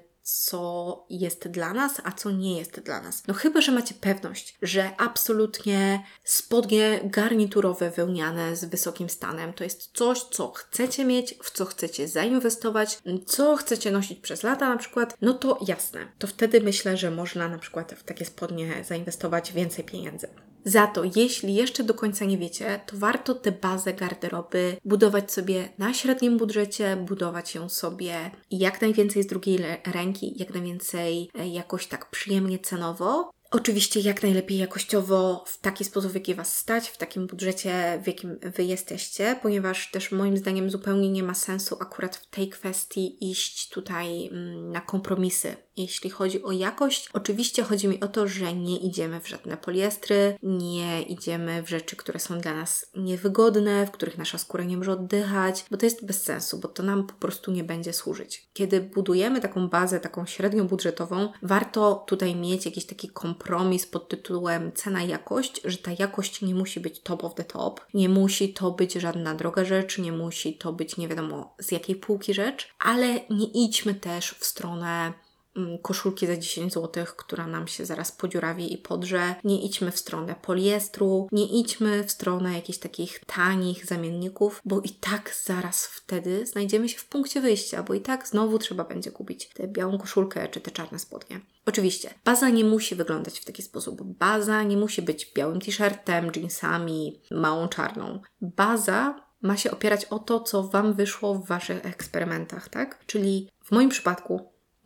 co jest dla nas, a co nie jest dla nas. No chyba, że macie pewność, że absolutnie spodnie garniturowe wełniane z wysokim stanem to jest coś, co chcecie mieć, w co chcecie zainwestować, co chcecie nosić przez lata na przykład, no to jasne. To wtedy myślę, że można na przykład w takie spodnie zainwestować więcej pieniędzy. Za to, jeśli jeszcze do końca nie wiecie, to warto tę bazę garderoby budować sobie na średnim budżecie, budować ją sobie jak najwięcej z drugiej ręki, jak najwięcej jakoś tak przyjemnie cenowo. Oczywiście jak najlepiej jakościowo, w taki sposób, w jaki Was stać, w takim budżecie, w jakim Wy jesteście, ponieważ też moim zdaniem zupełnie nie ma sensu akurat w tej kwestii iść tutaj na kompromisy. Jeśli chodzi o jakość, oczywiście chodzi mi o to, że nie idziemy w żadne poliestry, nie idziemy w rzeczy, które są dla nas niewygodne, w których nasza skóra nie może oddychać, bo to jest bez sensu, bo to nam po prostu nie będzie służyć. Kiedy budujemy taką bazę, taką średnią budżetową, warto tutaj mieć jakiś taki kompromis pod tytułem cena-jakość, że ta jakość nie musi być top of the top, nie musi to być żadna droga rzecz, nie musi to być nie wiadomo z jakiej półki rzecz, ale nie idźmy też w stronę koszulki za 10 zł, która nam się zaraz podziurawi i podrze. Nie idźmy w stronę poliestru, nie idźmy w stronę jakichś takich tanich zamienników, bo i tak zaraz wtedy znajdziemy się w punkcie wyjścia, bo i tak znowu trzeba będzie kupić tę białą koszulkę czy te czarne spodnie. Oczywiście, baza nie musi wyglądać w taki sposób. Baza nie musi być białym t-shirtem, jeansami, małą czarną. Baza ma się opierać o to, co Wam wyszło w Waszych eksperymentach, tak? Czyli w moim przypadku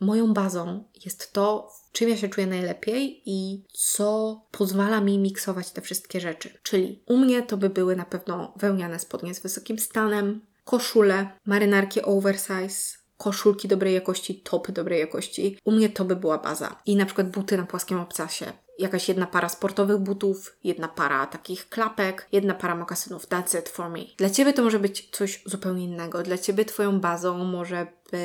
moją bazą jest to, czym ja się czuję najlepiej i co pozwala mi miksować te wszystkie rzeczy. Czyli u mnie to by były na pewno wełniane spodnie z wysokim stanem, koszule, marynarki oversize, koszulki dobrej jakości, topy dobrej jakości. U mnie to by była baza. I na przykład buty na płaskim obcasie. Jakaś jedna para sportowych butów, jedna para takich klapek, jedna para mokasynów. That's it for me. Dla Ciebie to może być coś zupełnie innego. Dla Ciebie Twoją bazą może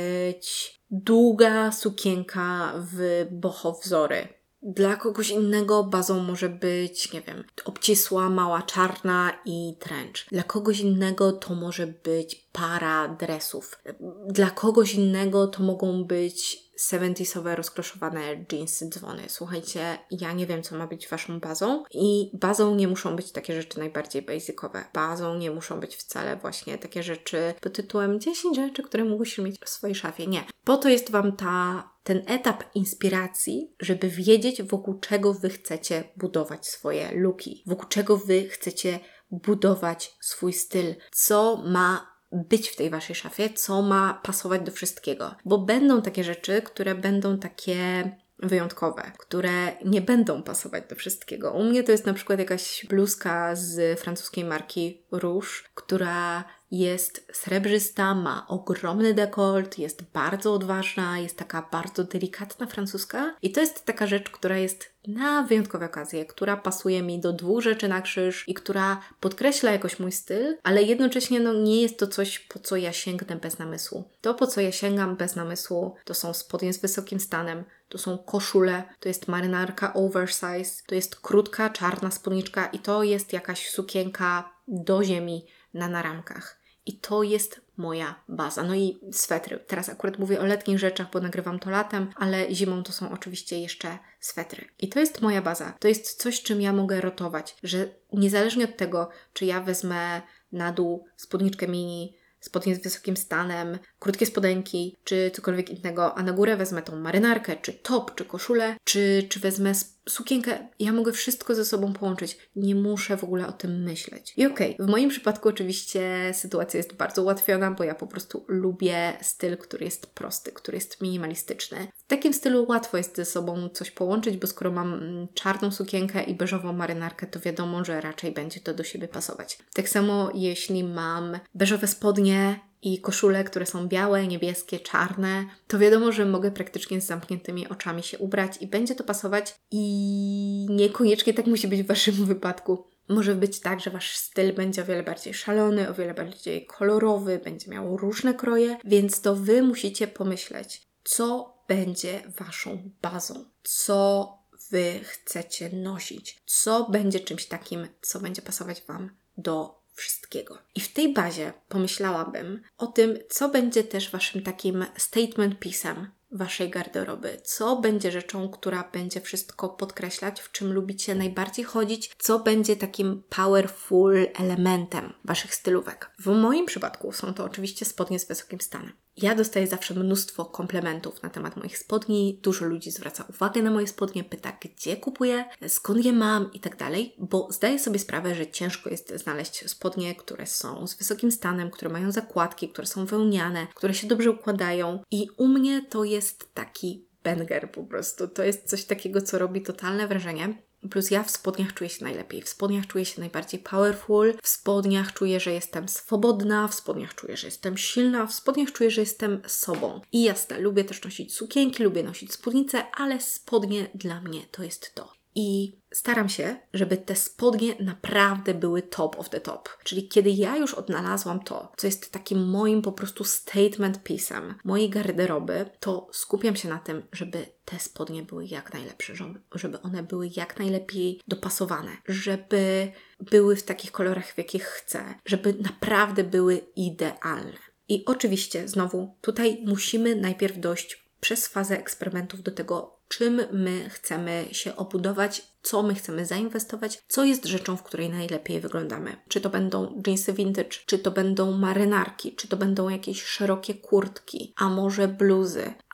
być długa sukienka w boho wzory. Dla kogoś innego bazą może być, nie wiem, obcisła, mała, czarna i trench. Dla kogoś innego to może być para dresów. Dla kogoś innego to mogą być 70sowe rozkloszowane jeansy, dzwony. Słuchajcie, ja nie wiem, co ma być Waszą bazą i bazą nie muszą być takie rzeczy najbardziej basicowe. Bazą nie muszą być wcale właśnie takie rzeczy pod tytułem 10 rzeczy, które musisz mieć w swojej szafie. Nie. Po to jest Wam ten etap inspiracji, żeby wiedzieć, wokół czego Wy chcecie budować swoje looki, wokół czego Wy chcecie budować swój styl, co ma być w tej Waszej szafie, co ma pasować do wszystkiego. Bo będą takie rzeczy, które będą takie wyjątkowe, które nie będą pasować do wszystkiego. U mnie to jest na przykład jakaś bluzka z francuskiej marki Rouge, która jest srebrzysta, ma ogromny dekolt, jest bardzo odważna, jest taka bardzo delikatna francuska i to jest taka rzecz, która jest na wyjątkowe okazje, która pasuje mi do 2 rzeczy na krzyż i która podkreśla jakoś mój styl, ale jednocześnie nie jest to coś, po co ja sięgnę bez namysłu. To, po co ja sięgam bez namysłu, to są spodnie z wysokim stanem, to są koszule, to jest marynarka oversize, to jest krótka, czarna spódniczka i to jest jakaś sukienka do ziemi na naramkach. I to jest moja baza. No i swetry. Teraz akurat mówię o letnich rzeczach, bo nagrywam to latem, ale zimą to są oczywiście jeszcze swetry. I to jest moja baza. To jest coś, czym ja mogę rotować, że niezależnie od tego, czy ja wezmę na dół spódniczkę mini, spodnie z wysokim stanem, krótkie spodenki, czy cokolwiek innego, a na górę wezmę tą marynarkę, czy top, czy koszulę, czy wezmę sukienkę. Ja mogę wszystko ze sobą połączyć. Nie muszę w ogóle o tym myśleć. I okej, w moim przypadku oczywiście sytuacja jest bardzo ułatwiona, bo ja po prostu lubię styl, który jest prosty, który jest minimalistyczny. W takim stylu łatwo jest ze sobą coś połączyć, bo skoro mam czarną sukienkę i beżową marynarkę, to wiadomo, że raczej będzie to do siebie pasować. Tak samo jeśli mam beżowe spodnie i koszule, które są białe, niebieskie, czarne, to wiadomo, że mogę praktycznie z zamkniętymi oczami się ubrać i będzie to pasować i niekoniecznie tak musi być w Waszym wypadku. Może być tak, że Wasz styl będzie o wiele bardziej szalony, o wiele bardziej kolorowy, będzie miał różne kroje, więc to Wy musicie pomyśleć, co będzie Waszą bazą, co Wy chcecie nosić, co będzie czymś takim, co będzie pasować Wam do wszystkiego. I w tej bazie pomyślałabym o tym, co będzie też Waszym takim statement piece'em Waszej garderoby. Co będzie rzeczą, która będzie wszystko podkreślać, w czym lubicie najbardziej chodzić, co będzie takim powerful elementem Waszych stylówek. W moim przypadku są to oczywiście spodnie z wysokim stanem. Ja dostaję zawsze mnóstwo komplementów na temat moich spodni. Dużo ludzi zwraca uwagę na moje spodnie, pyta, gdzie kupuję, skąd je mam i tak dalej, bo zdaję sobie sprawę, że ciężko jest znaleźć spodnie, które są z wysokim stanem, które mają zakładki, które są wełniane, które się dobrze układają i u mnie to jest taki banger po prostu. To jest coś takiego, co robi totalne wrażenie. Plus ja w spodniach czuję się najlepiej. W spodniach czuję się najbardziej powerful. W spodniach czuję, że jestem swobodna. W spodniach czuję, że jestem silna. W spodniach czuję, że jestem sobą. I jasne, lubię też nosić sukienki, lubię nosić spódnice, ale spodnie dla mnie to jest to. I staram się, żeby te spodnie naprawdę były top of the top. Czyli kiedy ja już odnalazłam to, co jest takim moim po prostu statement piece'em mojej garderoby, to skupiam się na tym, żeby te spodnie były jak najlepsze, żeby one były jak najlepiej dopasowane, żeby były w takich kolorach, w jakich chcę, żeby naprawdę były idealne. I oczywiście, znowu, tutaj musimy najpierw dojść przez fazę eksperymentów do tego, czym my chcemy się obudować, co my chcemy zainwestować, co jest rzeczą, w której najlepiej wyglądamy. Czy to będą jeansy vintage, czy to będą marynarki, czy to będą jakieś szerokie kurtki, a może bluzy,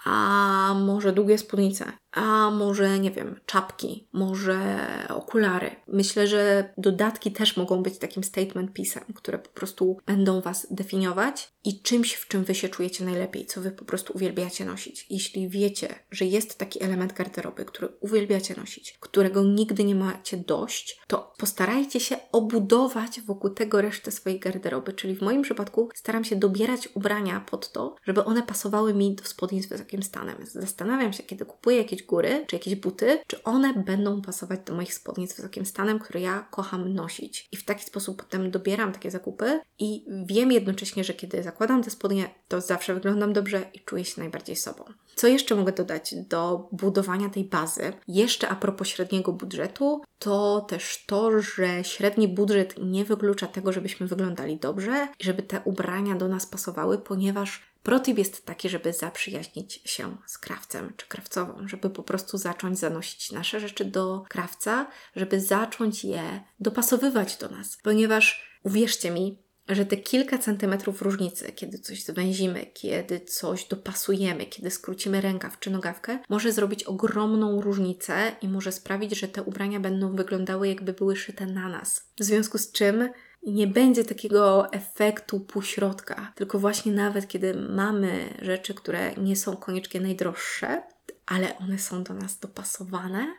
a może długie spódnice, a może, nie wiem, czapki, może okulary. Myślę, że dodatki też mogą być takim statement piece'em, które po prostu będą Was definiować i czymś, w czym Wy się czujecie najlepiej, co Wy po prostu uwielbiacie nosić. Jeśli wiecie, że jest taki element garderoby, który uwielbiacie nosić, którego nigdy nie macie dość, to postarajcie się obudować wokół tego resztę swojej garderoby, czyli w moim przypadku staram się dobierać ubrania pod to, żeby one pasowały mi do spodni z wysokim stanem. Zastanawiam się, kiedy kupuję jakieś góry, czy jakieś buty, czy one będą pasować do moich spodni z wysokim stanem, które ja kocham nosić. I w taki sposób potem dobieram takie zakupy i wiem jednocześnie, że kiedy zakładam te spodnie, to zawsze wyglądam dobrze i czuję się najbardziej sobą. Co jeszcze mogę dodać do budowania tej bazy? Jeszcze a propos średniego budżetu, to też to, że średni budżet nie wyklucza tego, żebyśmy wyglądali dobrze i żeby te ubrania do nas pasowały, ponieważ protip jest taki, żeby zaprzyjaźnić się z krawcem czy krawcową, żeby po prostu zacząć zanosić nasze rzeczy do krawca, żeby zacząć je dopasowywać do nas, ponieważ uwierzcie mi, że te kilka centymetrów różnicy, kiedy coś zwęzimy, kiedy coś dopasujemy, kiedy skrócimy rękaw czy nogawkę, może zrobić ogromną różnicę i może sprawić, że te ubrania będą wyglądały, jakby były szyte na nas. W związku z czym nie będzie takiego efektu półśrodka, tylko właśnie nawet kiedy mamy rzeczy, które nie są koniecznie najdroższe, ale one są do nas dopasowane,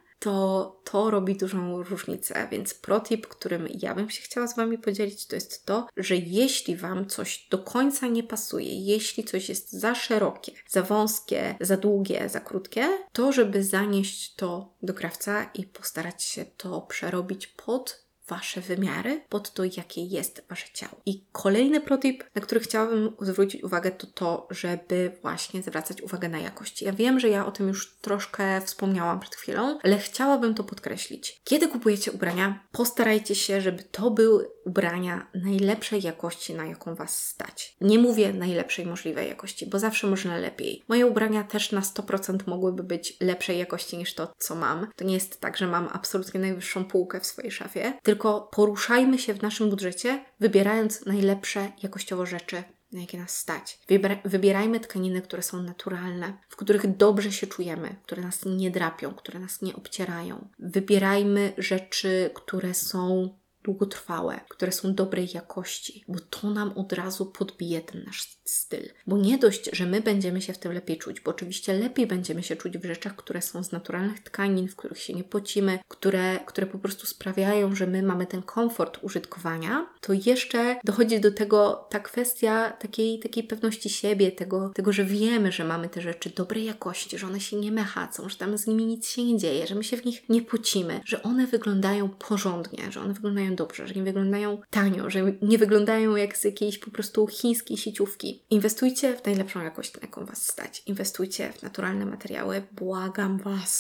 to robi dużą różnicę. Więc protip, którym ja bym się chciała z Wami podzielić, to jest to, że jeśli Wam coś do końca nie pasuje, jeśli coś jest za szerokie, za wąskie, za długie, za krótkie, to żeby zanieść to do krawca i postarać się to przerobić pod Wasze wymiary, pod to, jakie jest Wasze ciało. I kolejny protip, na który chciałabym zwrócić uwagę, to to, żeby właśnie zwracać uwagę na jakość. Ja wiem, że ja o tym już troszkę wspomniałam przed chwilą, ale chciałabym to podkreślić. Kiedy kupujecie ubrania, postarajcie się, żeby to były ubrania najlepszej jakości, na jaką Was stać. Nie mówię najlepszej możliwej jakości, bo zawsze można lepiej. Moje ubrania też na 100% mogłyby być lepszej jakości niż to, co mam. To nie jest tak, że mam absolutnie najwyższą półkę w swojej szafie, tylko poruszajmy się w naszym budżecie, wybierając najlepsze jakościowo rzeczy, na jakie nas stać. Wybierajmy tkaniny, które są naturalne, w których dobrze się czujemy, które nas nie drapią, które nas nie obcierają. Wybierajmy rzeczy, które są długotrwałe, które są dobrej jakości, bo to nam od razu podbije ten nasz styl. Bo nie dość, że my będziemy się w tym lepiej czuć, bo oczywiście lepiej będziemy się czuć w rzeczach, które są z naturalnych tkanin, w których się nie pocimy, które po prostu sprawiają, że my mamy ten komfort użytkowania, to jeszcze dochodzi do tego ta kwestia takiej pewności siebie, tego, że wiemy, że mamy te rzeczy dobrej jakości, że one się nie mechacą, że tam z nimi nic się nie dzieje, że my się w nich nie pocimy, że one wyglądają porządnie, że one wyglądają dobrze, że nie wyglądają tanio, że nie wyglądają jak z jakiejś po prostu chińskiej sieciówki. Inwestujcie w najlepszą jakość, na jaką Was stać. Inwestujcie w naturalne materiały. Błagam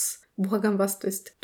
Was, to jest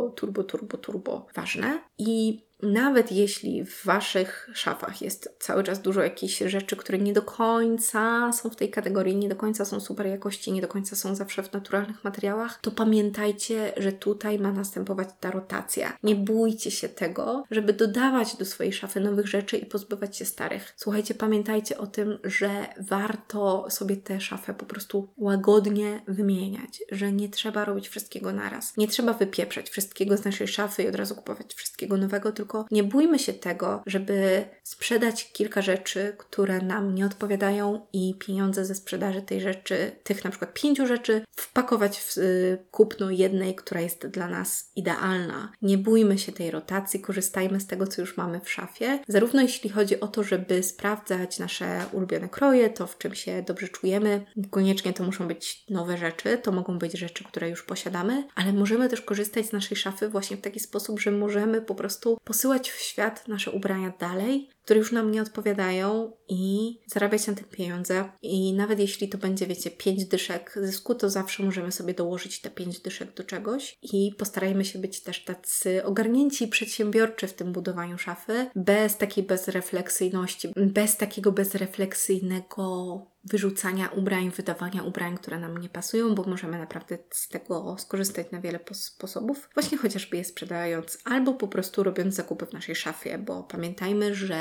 turbo ważne. I nawet jeśli w Waszych szafach jest cały czas dużo jakichś rzeczy, które nie do końca są w tej kategorii, nie do końca są super jakości, nie do końca są zawsze w naturalnych materiałach, to pamiętajcie, że tutaj ma następować ta rotacja. Nie bójcie się tego, żeby dodawać do swojej szafy nowych rzeczy i pozbywać się starych. Słuchajcie, pamiętajcie o tym, że warto sobie tę szafę po prostu łagodnie wymieniać, że nie trzeba robić wszystkiego naraz. Nie trzeba wypieprzać wszystkiego z naszej szafy i od razu kupować wszystkiego nowego, tylko nie bójmy się tego, żeby sprzedać kilka rzeczy, które nam nie odpowiadają i pieniądze ze sprzedaży tej rzeczy, tych na przykład 5 rzeczy, wpakować w kupno jednej, która jest dla nas idealna. Nie bójmy się tej rotacji, korzystajmy z tego, co już mamy w szafie. Zarówno jeśli chodzi o to, żeby sprawdzać nasze ulubione kroje, to w czym się dobrze czujemy. Koniecznie to muszą być nowe rzeczy, to mogą być rzeczy, które już posiadamy, ale możemy też korzystać z naszej szafy właśnie w taki sposób, że możemy po prostu posyłać w świat nasze ubrania dalej, które już nam nie odpowiadają i zarabiać na tym pieniądze. I nawet jeśli to będzie, 5 dyszek zysku, to zawsze możemy sobie dołożyć te 5 dyszek do czegoś i postarajmy się być też tacy ogarnięci, przedsiębiorczy w tym budowaniu szafy, bez takiej bezrefleksyjności, bez takiego bezrefleksyjnego wyrzucania ubrań, wydawania ubrań, które nam nie pasują, bo możemy naprawdę z tego skorzystać na wiele sposobów, właśnie chociażby je sprzedając albo po prostu robiąc zakupy w naszej szafie, bo pamiętajmy, że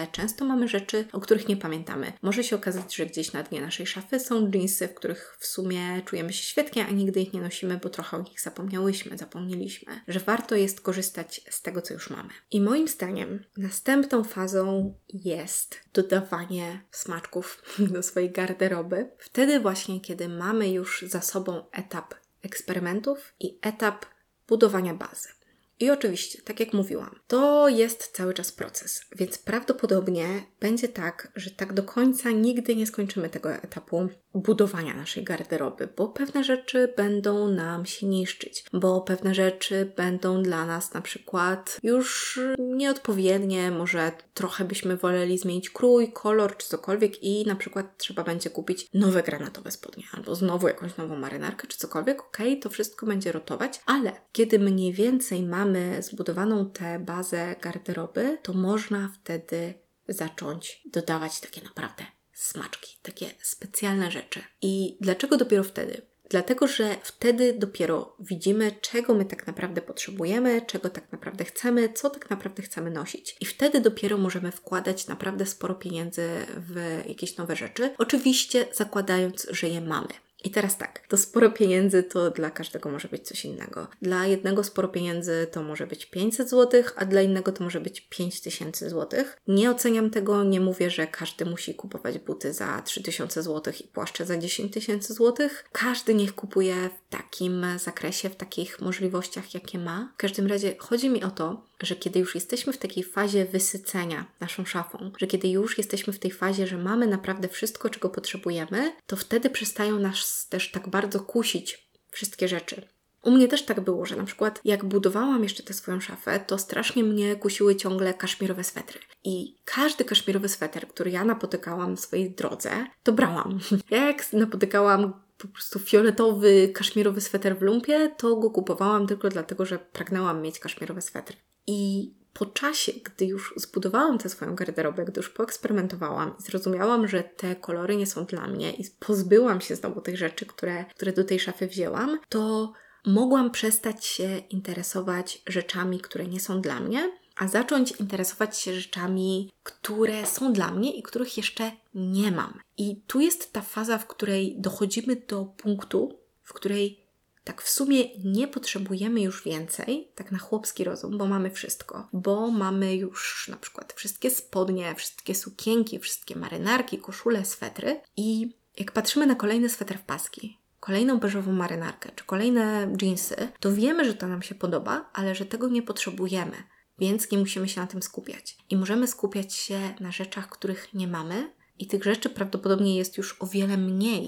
często mamy rzeczy, o których nie pamiętamy. Może się okazać, że gdzieś na dnie naszej szafy są dżinsy, w których w sumie czujemy się świetnie, a nigdy ich nie nosimy, bo trochę o nich zapomnieliśmy. Że warto jest korzystać z tego, co już mamy. I moim zdaniem następną fazą jest dodawanie smaczków do swojej garderoby. Wtedy właśnie, kiedy mamy już za sobą etap eksperymentów i etap budowania bazy. I oczywiście, tak jak mówiłam, to jest cały czas proces, więc prawdopodobnie będzie tak, że tak do końca nigdy nie skończymy tego etapu budowania naszej garderoby, bo pewne rzeczy będą nam się niszczyć, bo pewne rzeczy będą dla nas na przykład już nieodpowiednie, może trochę byśmy woleli zmienić krój, kolor czy cokolwiek i na przykład trzeba będzie kupić nowe granatowe spodnie albo znowu jakąś nową marynarkę czy cokolwiek, to wszystko będzie rotować, ale kiedy mniej więcej mamy zbudowaną tę bazę garderoby, to można wtedy zacząć dodawać takie naprawdę smaczki, takie specjalne rzeczy. I dlaczego dopiero wtedy? Dlatego, że wtedy dopiero widzimy, czego my tak naprawdę potrzebujemy, czego tak naprawdę chcemy, co tak naprawdę chcemy nosić. I wtedy dopiero możemy wkładać naprawdę sporo pieniędzy w jakieś nowe rzeczy. Oczywiście zakładając, że je mamy. I teraz tak, to sporo pieniędzy to dla każdego może być coś innego. Dla jednego sporo pieniędzy to może być 500 zł, a dla innego to może być 5000 zł. Nie oceniam tego, nie mówię, że każdy musi kupować buty za 3000 zł i płaszcze za 10 000 zł. Każdy niech kupuje w takim zakresie, w takich możliwościach, jakie ma. W każdym razie chodzi mi o to, że kiedy już jesteśmy w takiej fazie wysycenia naszą szafą, że kiedy już jesteśmy w tej fazie, że mamy naprawdę wszystko, czego potrzebujemy, to wtedy przestają nas też tak bardzo kusić wszystkie rzeczy. U mnie też tak było, że na przykład jak budowałam jeszcze tę swoją szafę, to strasznie mnie kusiły ciągle kaszmirowe swetry. I każdy kaszmirowy sweter, który ja napotykałam w swojej drodze, to brałam. Jak napotykałam po prostu fioletowy kaszmirowy sweter w lumpie, to go kupowałam tylko dlatego, że pragnęłam mieć kaszmirowe swetry. I po czasie, gdy już zbudowałam tę swoją garderobę, gdy już poeksperymentowałam i zrozumiałam, że te kolory nie są dla mnie i pozbyłam się znowu tych rzeczy, które do tej szafy wzięłam, to mogłam przestać się interesować rzeczami, które nie są dla mnie, a zacząć interesować się rzeczami, które są dla mnie i których jeszcze nie mam. I tu jest ta faza, w której dochodzimy do punktu, w której tak w sumie nie potrzebujemy już więcej, tak na chłopski rozum, bo mamy wszystko. Bo mamy już na przykład wszystkie spodnie, wszystkie sukienki, wszystkie marynarki, koszule, swetry i jak patrzymy na kolejny sweter w paski, kolejną beżową marynarkę czy kolejne dżinsy, to wiemy, że to nam się podoba, ale że tego nie potrzebujemy, więc nie musimy się na tym skupiać. I możemy skupiać się na rzeczach, których nie mamy i tych rzeczy prawdopodobnie jest już o wiele mniej,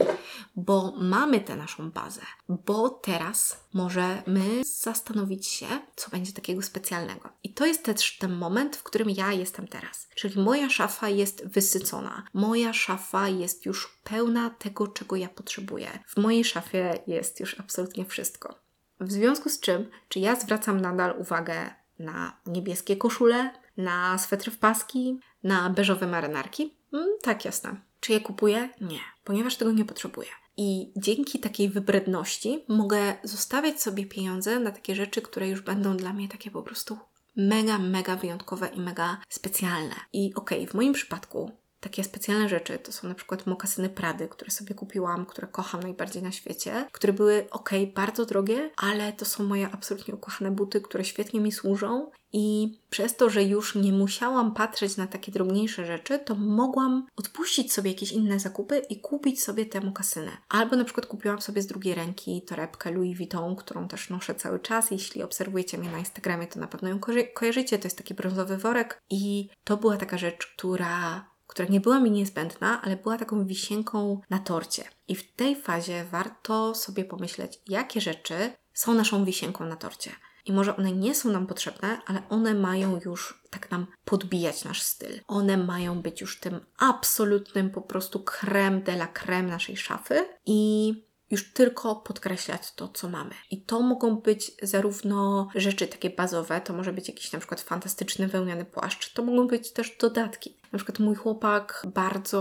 bo mamy tę naszą bazę, bo teraz możemy zastanowić się, co będzie takiego specjalnego. I to jest też ten moment, w którym ja jestem teraz. Czyli moja szafa jest wysycona. Moja szafa jest już pełna tego, czego ja potrzebuję. W mojej szafie jest już absolutnie wszystko. W związku z czym, czy ja zwracam nadal uwagę na niebieskie koszule, na swetry w paski, na beżowe marynarki? Tak, jasne. Czy je kupuję? Nie, ponieważ tego nie potrzebuję. I dzięki takiej wybredności mogę zostawiać sobie pieniądze na takie rzeczy, które już będą dla mnie takie po prostu mega, mega wyjątkowe i mega specjalne. I w moim przypadku takie specjalne rzeczy to są na przykład mokasyny Prady, które sobie kupiłam, które kocham najbardziej na świecie, które były bardzo drogie, ale to są moje absolutnie ukochane buty, które świetnie mi służą i przez to, że już nie musiałam patrzeć na takie drobniejsze rzeczy, to mogłam odpuścić sobie jakieś inne zakupy i kupić sobie te mokasyny. Albo na przykład kupiłam sobie z drugiej ręki torebkę Louis Vuitton, którą też noszę cały czas. Jeśli obserwujecie mnie na Instagramie, to na pewno ją kojarzycie. To jest taki brązowy worek i to była taka rzecz, która nie była mi niezbędna, ale była taką wisienką na torcie. I w tej fazie warto sobie pomyśleć, jakie rzeczy są naszą wisienką na torcie. I może one nie są nam potrzebne, ale one mają już tak nam podbijać nasz styl. One mają być już tym absolutnym po prostu crème de la crème naszej szafy i już tylko podkreślać to, co mamy. I to mogą być zarówno rzeczy takie bazowe, to może być jakiś na przykład fantastyczny wełniany płaszcz, to mogą być też dodatki. Na przykład mój chłopak bardzo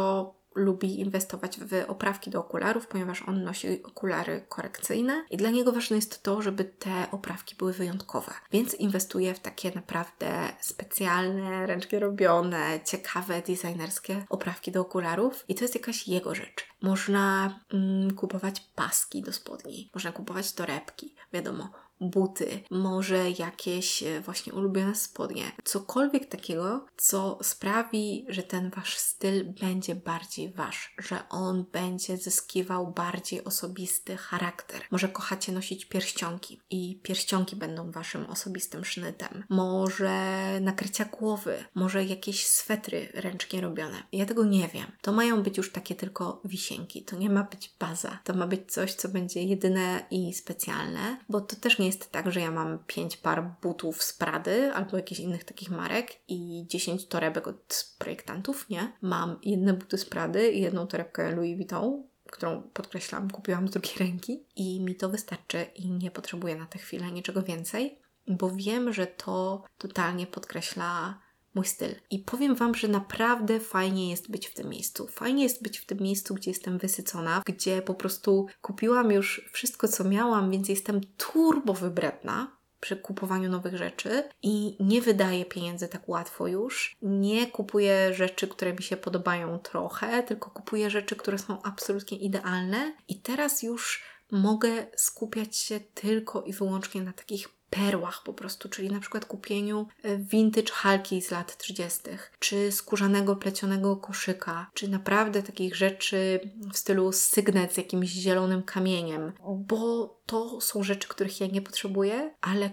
lubi inwestować w oprawki do okularów, ponieważ on nosi okulary korekcyjne i dla niego ważne jest to, żeby te oprawki były wyjątkowe. Więc inwestuje w takie naprawdę specjalne, ręcznie robione, ciekawe, designerskie oprawki do okularów i to jest jakaś jego rzecz. Można kupować paski do spodni, można kupować torebki, wiadomo, buty, może jakieś właśnie ulubione spodnie. Cokolwiek takiego, co sprawi, że ten Wasz styl będzie bardziej Wasz, że on będzie zyskiwał bardziej osobisty charakter. Może kochacie nosić pierścionki i pierścionki będą Waszym osobistym sznytem. Może nakrycia głowy, może jakieś swetry ręcznie robione. Ja tego nie wiem. To mają być już takie tylko wisienki. To nie ma być baza. To ma być coś, co będzie jedyne i specjalne, bo to też nie jest tak, że ja mam 5 par butów z Prady albo jakichś innych takich marek i 10 torebek od projektantów, nie? Mam jedne buty z Prady i jedną torebkę Louis Vuitton, którą, podkreślam, kupiłam z drugiej ręki i mi to wystarczy i nie potrzebuję na tę chwilę niczego więcej, bo wiem, że to totalnie podkreśla mój styl. I powiem Wam, że naprawdę fajnie jest być w tym miejscu. Fajnie jest być w tym miejscu, gdzie jestem wysycona, gdzie po prostu kupiłam już wszystko, co miałam, więc jestem turbo wybredna przy kupowaniu nowych rzeczy i nie wydaję pieniędzy tak łatwo już. Nie kupuję rzeczy, które mi się podobają trochę, tylko kupuję rzeczy, które są absolutnie idealne i teraz już mogę skupiać się tylko i wyłącznie na takich perłach po prostu, czyli na przykład kupieniu vintage halki z lat 30., czy skórzanego, plecionego koszyka, czy naprawdę takich rzeczy w stylu sygnet z jakimś zielonym kamieniem, bo to są rzeczy, których ja nie potrzebuję, ale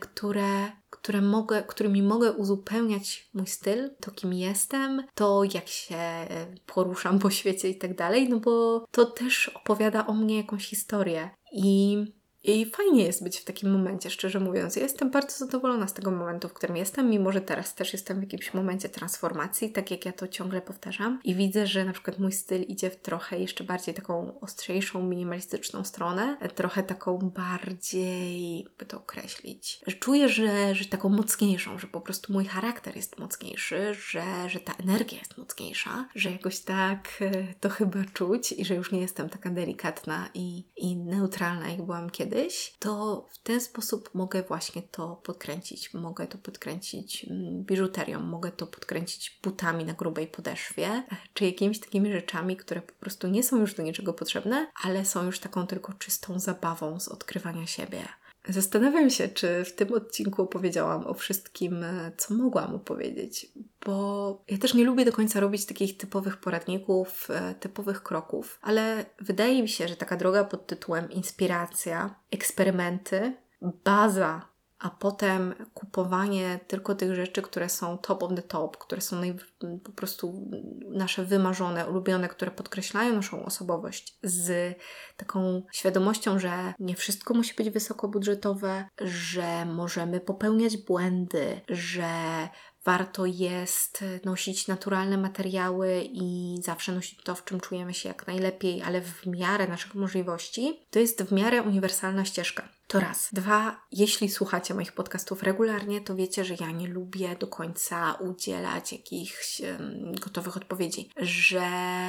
którymi mogę uzupełniać mój styl, to kim jestem, to jak się poruszam po świecie i tak dalej, no bo to też opowiada o mnie jakąś historię i fajnie jest być w takim momencie, szczerze mówiąc. Ja jestem bardzo zadowolona z tego momentu, w którym jestem, mimo że teraz też jestem w jakimś momencie transformacji, tak jak ja to ciągle powtarzam. I widzę, że na przykład mój styl idzie w trochę jeszcze bardziej taką ostrzejszą, minimalistyczną stronę, trochę taką bardziej, by to określić. Czuję, że taką mocniejszą, że po prostu mój charakter jest mocniejszy, że ta energia jest mocniejsza, że jakoś tak to chyba czuć i że już nie jestem taka delikatna i neutralna, jak byłam kiedyś, to w ten sposób mogę właśnie to podkręcić. Mogę to podkręcić biżuterią, mogę to podkręcić butami na grubej podeszwie, czy jakimiś takimi rzeczami, które po prostu nie są już do niczego potrzebne, ale są już taką tylko czystą zabawą z odkrywania siebie. Zastanawiam się, czy w tym odcinku opowiedziałam o wszystkim, co mogłam opowiedzieć, bo ja też nie lubię do końca robić takich typowych poradników, typowych kroków, ale wydaje mi się, że taka droga pod tytułem inspiracja, eksperymenty, baza, a potem kupowanie tylko tych rzeczy, które są top of the top, które są po prostu nasze wymarzone, ulubione, które podkreślają naszą osobowość z taką świadomością, że nie wszystko musi być wysokobudżetowe, że możemy popełniać błędy, że warto jest nosić naturalne materiały i zawsze nosić to, w czym czujemy się jak najlepiej, ale w miarę naszych możliwości. To jest w miarę uniwersalna ścieżka. To raz. 2. Jeśli słuchacie moich podcastów regularnie, to wiecie, że ja nie lubię do końca udzielać jakichś gotowych odpowiedzi, że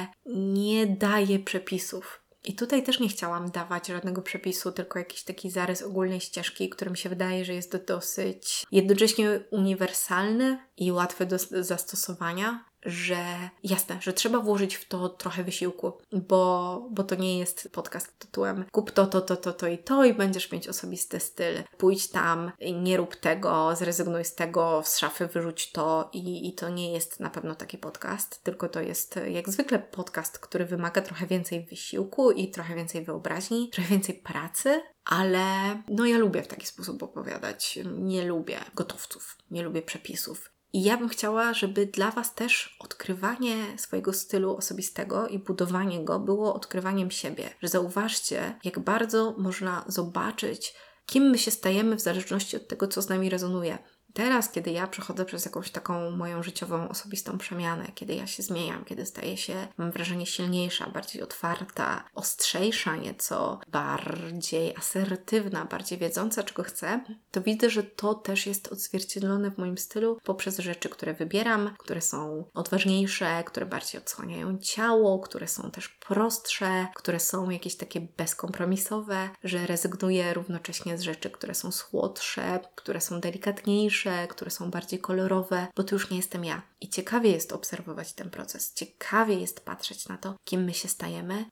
nie daję przepisów. I tutaj też nie chciałam dawać żadnego przepisu, tylko jakiś taki zarys ogólnej ścieżki, który mi się wydaje, że jest dosyć jednocześnie uniwersalny i łatwy do zastosowania, że jasne, że trzeba włożyć w to trochę wysiłku, bo to nie jest podcast tytułem kup to i będziesz mieć osobisty styl. Pójdź tam, nie rób tego, zrezygnuj z tego, z szafy wyrzuć to i to nie jest na pewno taki podcast, tylko to jest jak zwykle podcast, który wymaga trochę więcej wysiłku i trochę więcej wyobraźni, trochę więcej pracy, ale no ja lubię w taki sposób opowiadać. Nie lubię gotowców, nie lubię przepisów. I ja bym chciała, żeby dla Was też odkrywanie swojego stylu osobistego i budowanie go było odkrywaniem siebie. Że zauważcie, jak bardzo można zobaczyć, kim my się stajemy w zależności od tego, co z nami rezonuje. Teraz, kiedy ja przechodzę przez jakąś taką moją życiową, osobistą przemianę, kiedy ja się zmieniam, kiedy staję się, mam wrażenie, silniejsza, bardziej otwarta, ostrzejsza nieco, bardziej asertywna, bardziej wiedząca, czego chcę, to widzę, że to też jest odzwierciedlone w moim stylu poprzez rzeczy, które wybieram, które są odważniejsze, które bardziej odsłaniają ciało, które są też prostsze, które są jakieś takie bezkompromisowe, że rezygnuję równocześnie z rzeczy, które są słodsze, które są delikatniejsze, które są bardziej kolorowe, bo to już nie jestem ja. I ciekawie jest obserwować ten proces, ciekawie jest patrzeć na to, kim my się stajemy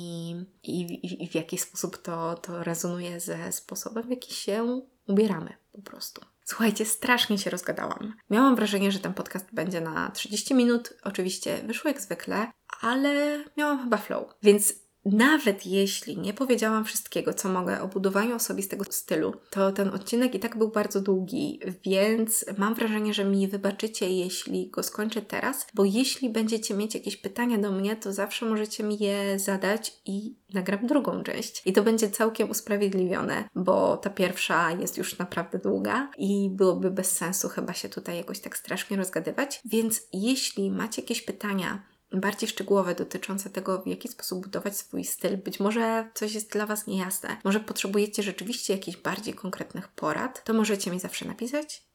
i w jaki sposób to rezonuje ze sposobem, w jaki się ubieramy po prostu. Słuchajcie, strasznie się rozgadałam. Miałam wrażenie, że ten podcast będzie na 30 minut. Oczywiście wyszło jak zwykle, ale miałam chyba flow. Więc nawet jeśli nie powiedziałam wszystkiego, co mogę o budowaniu osobistego stylu, to ten odcinek i tak był bardzo długi, więc mam wrażenie, że mi wybaczycie, jeśli go skończę teraz, bo jeśli będziecie mieć jakieś pytania do mnie, to zawsze możecie mi je zadać i nagram drugą część. I to będzie całkiem usprawiedliwione, bo ta pierwsza jest już naprawdę długa i byłoby bez sensu chyba się tutaj jakoś tak strasznie rozgadywać. Więc jeśli macie jakieś pytania bardziej szczegółowe dotyczące tego, w jaki sposób budować swój styl, być może coś jest dla Was niejasne, może potrzebujecie rzeczywiście jakichś bardziej konkretnych porad, to możecie mi zawsze napisać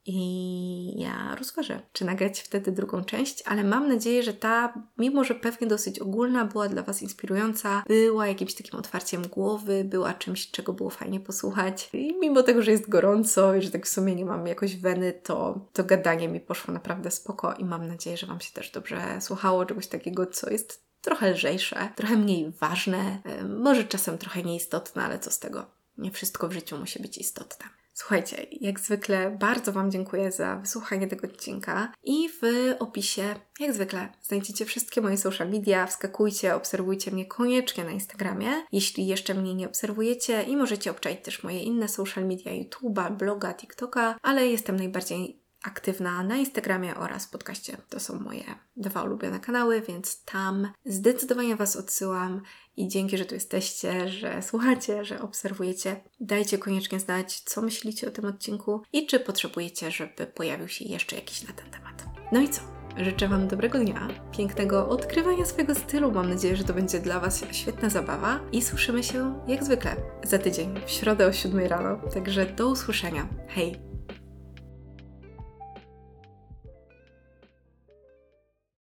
i ja rozważę, czy nagrać wtedy drugą część, ale mam nadzieję, że ta, mimo że pewnie dosyć ogólna, była dla Was inspirująca, była jakimś takim otwarciem głowy, była czymś, czego było fajnie posłuchać i mimo tego, że jest gorąco i że tak w sumie nie mam jakoś weny, to gadanie mi poszło naprawdę spoko i mam nadzieję, że Wam się też dobrze słuchało, czegoś takiego, co jest trochę lżejsze, trochę mniej ważne, może czasem trochę nieistotne, ale co z tego? Nie wszystko w życiu musi być istotne. Słuchajcie, jak zwykle bardzo Wam dziękuję za wysłuchanie tego odcinka i w opisie, jak zwykle, znajdziecie wszystkie moje social media, wskakujcie, obserwujcie mnie koniecznie na Instagramie, jeśli jeszcze mnie nie obserwujecie i możecie obczaić też moje inne social media, YouTube'a, bloga, TikToka, ale jestem najbardziej aktywna na Instagramie oraz podcaście. To są moje 2 ulubione kanały, więc tam zdecydowanie Was odsyłam i dzięki, że tu jesteście, że słuchacie, że obserwujecie. Dajcie koniecznie znać, co myślicie o tym odcinku i czy potrzebujecie, żeby pojawił się jeszcze jakiś na ten temat. No i co? Życzę Wam dobrego dnia, pięknego odkrywania swojego stylu. Mam nadzieję, że to będzie dla Was świetna zabawa i słyszymy się jak zwykle za tydzień, w środę o 7 rano. Także do usłyszenia. Hej!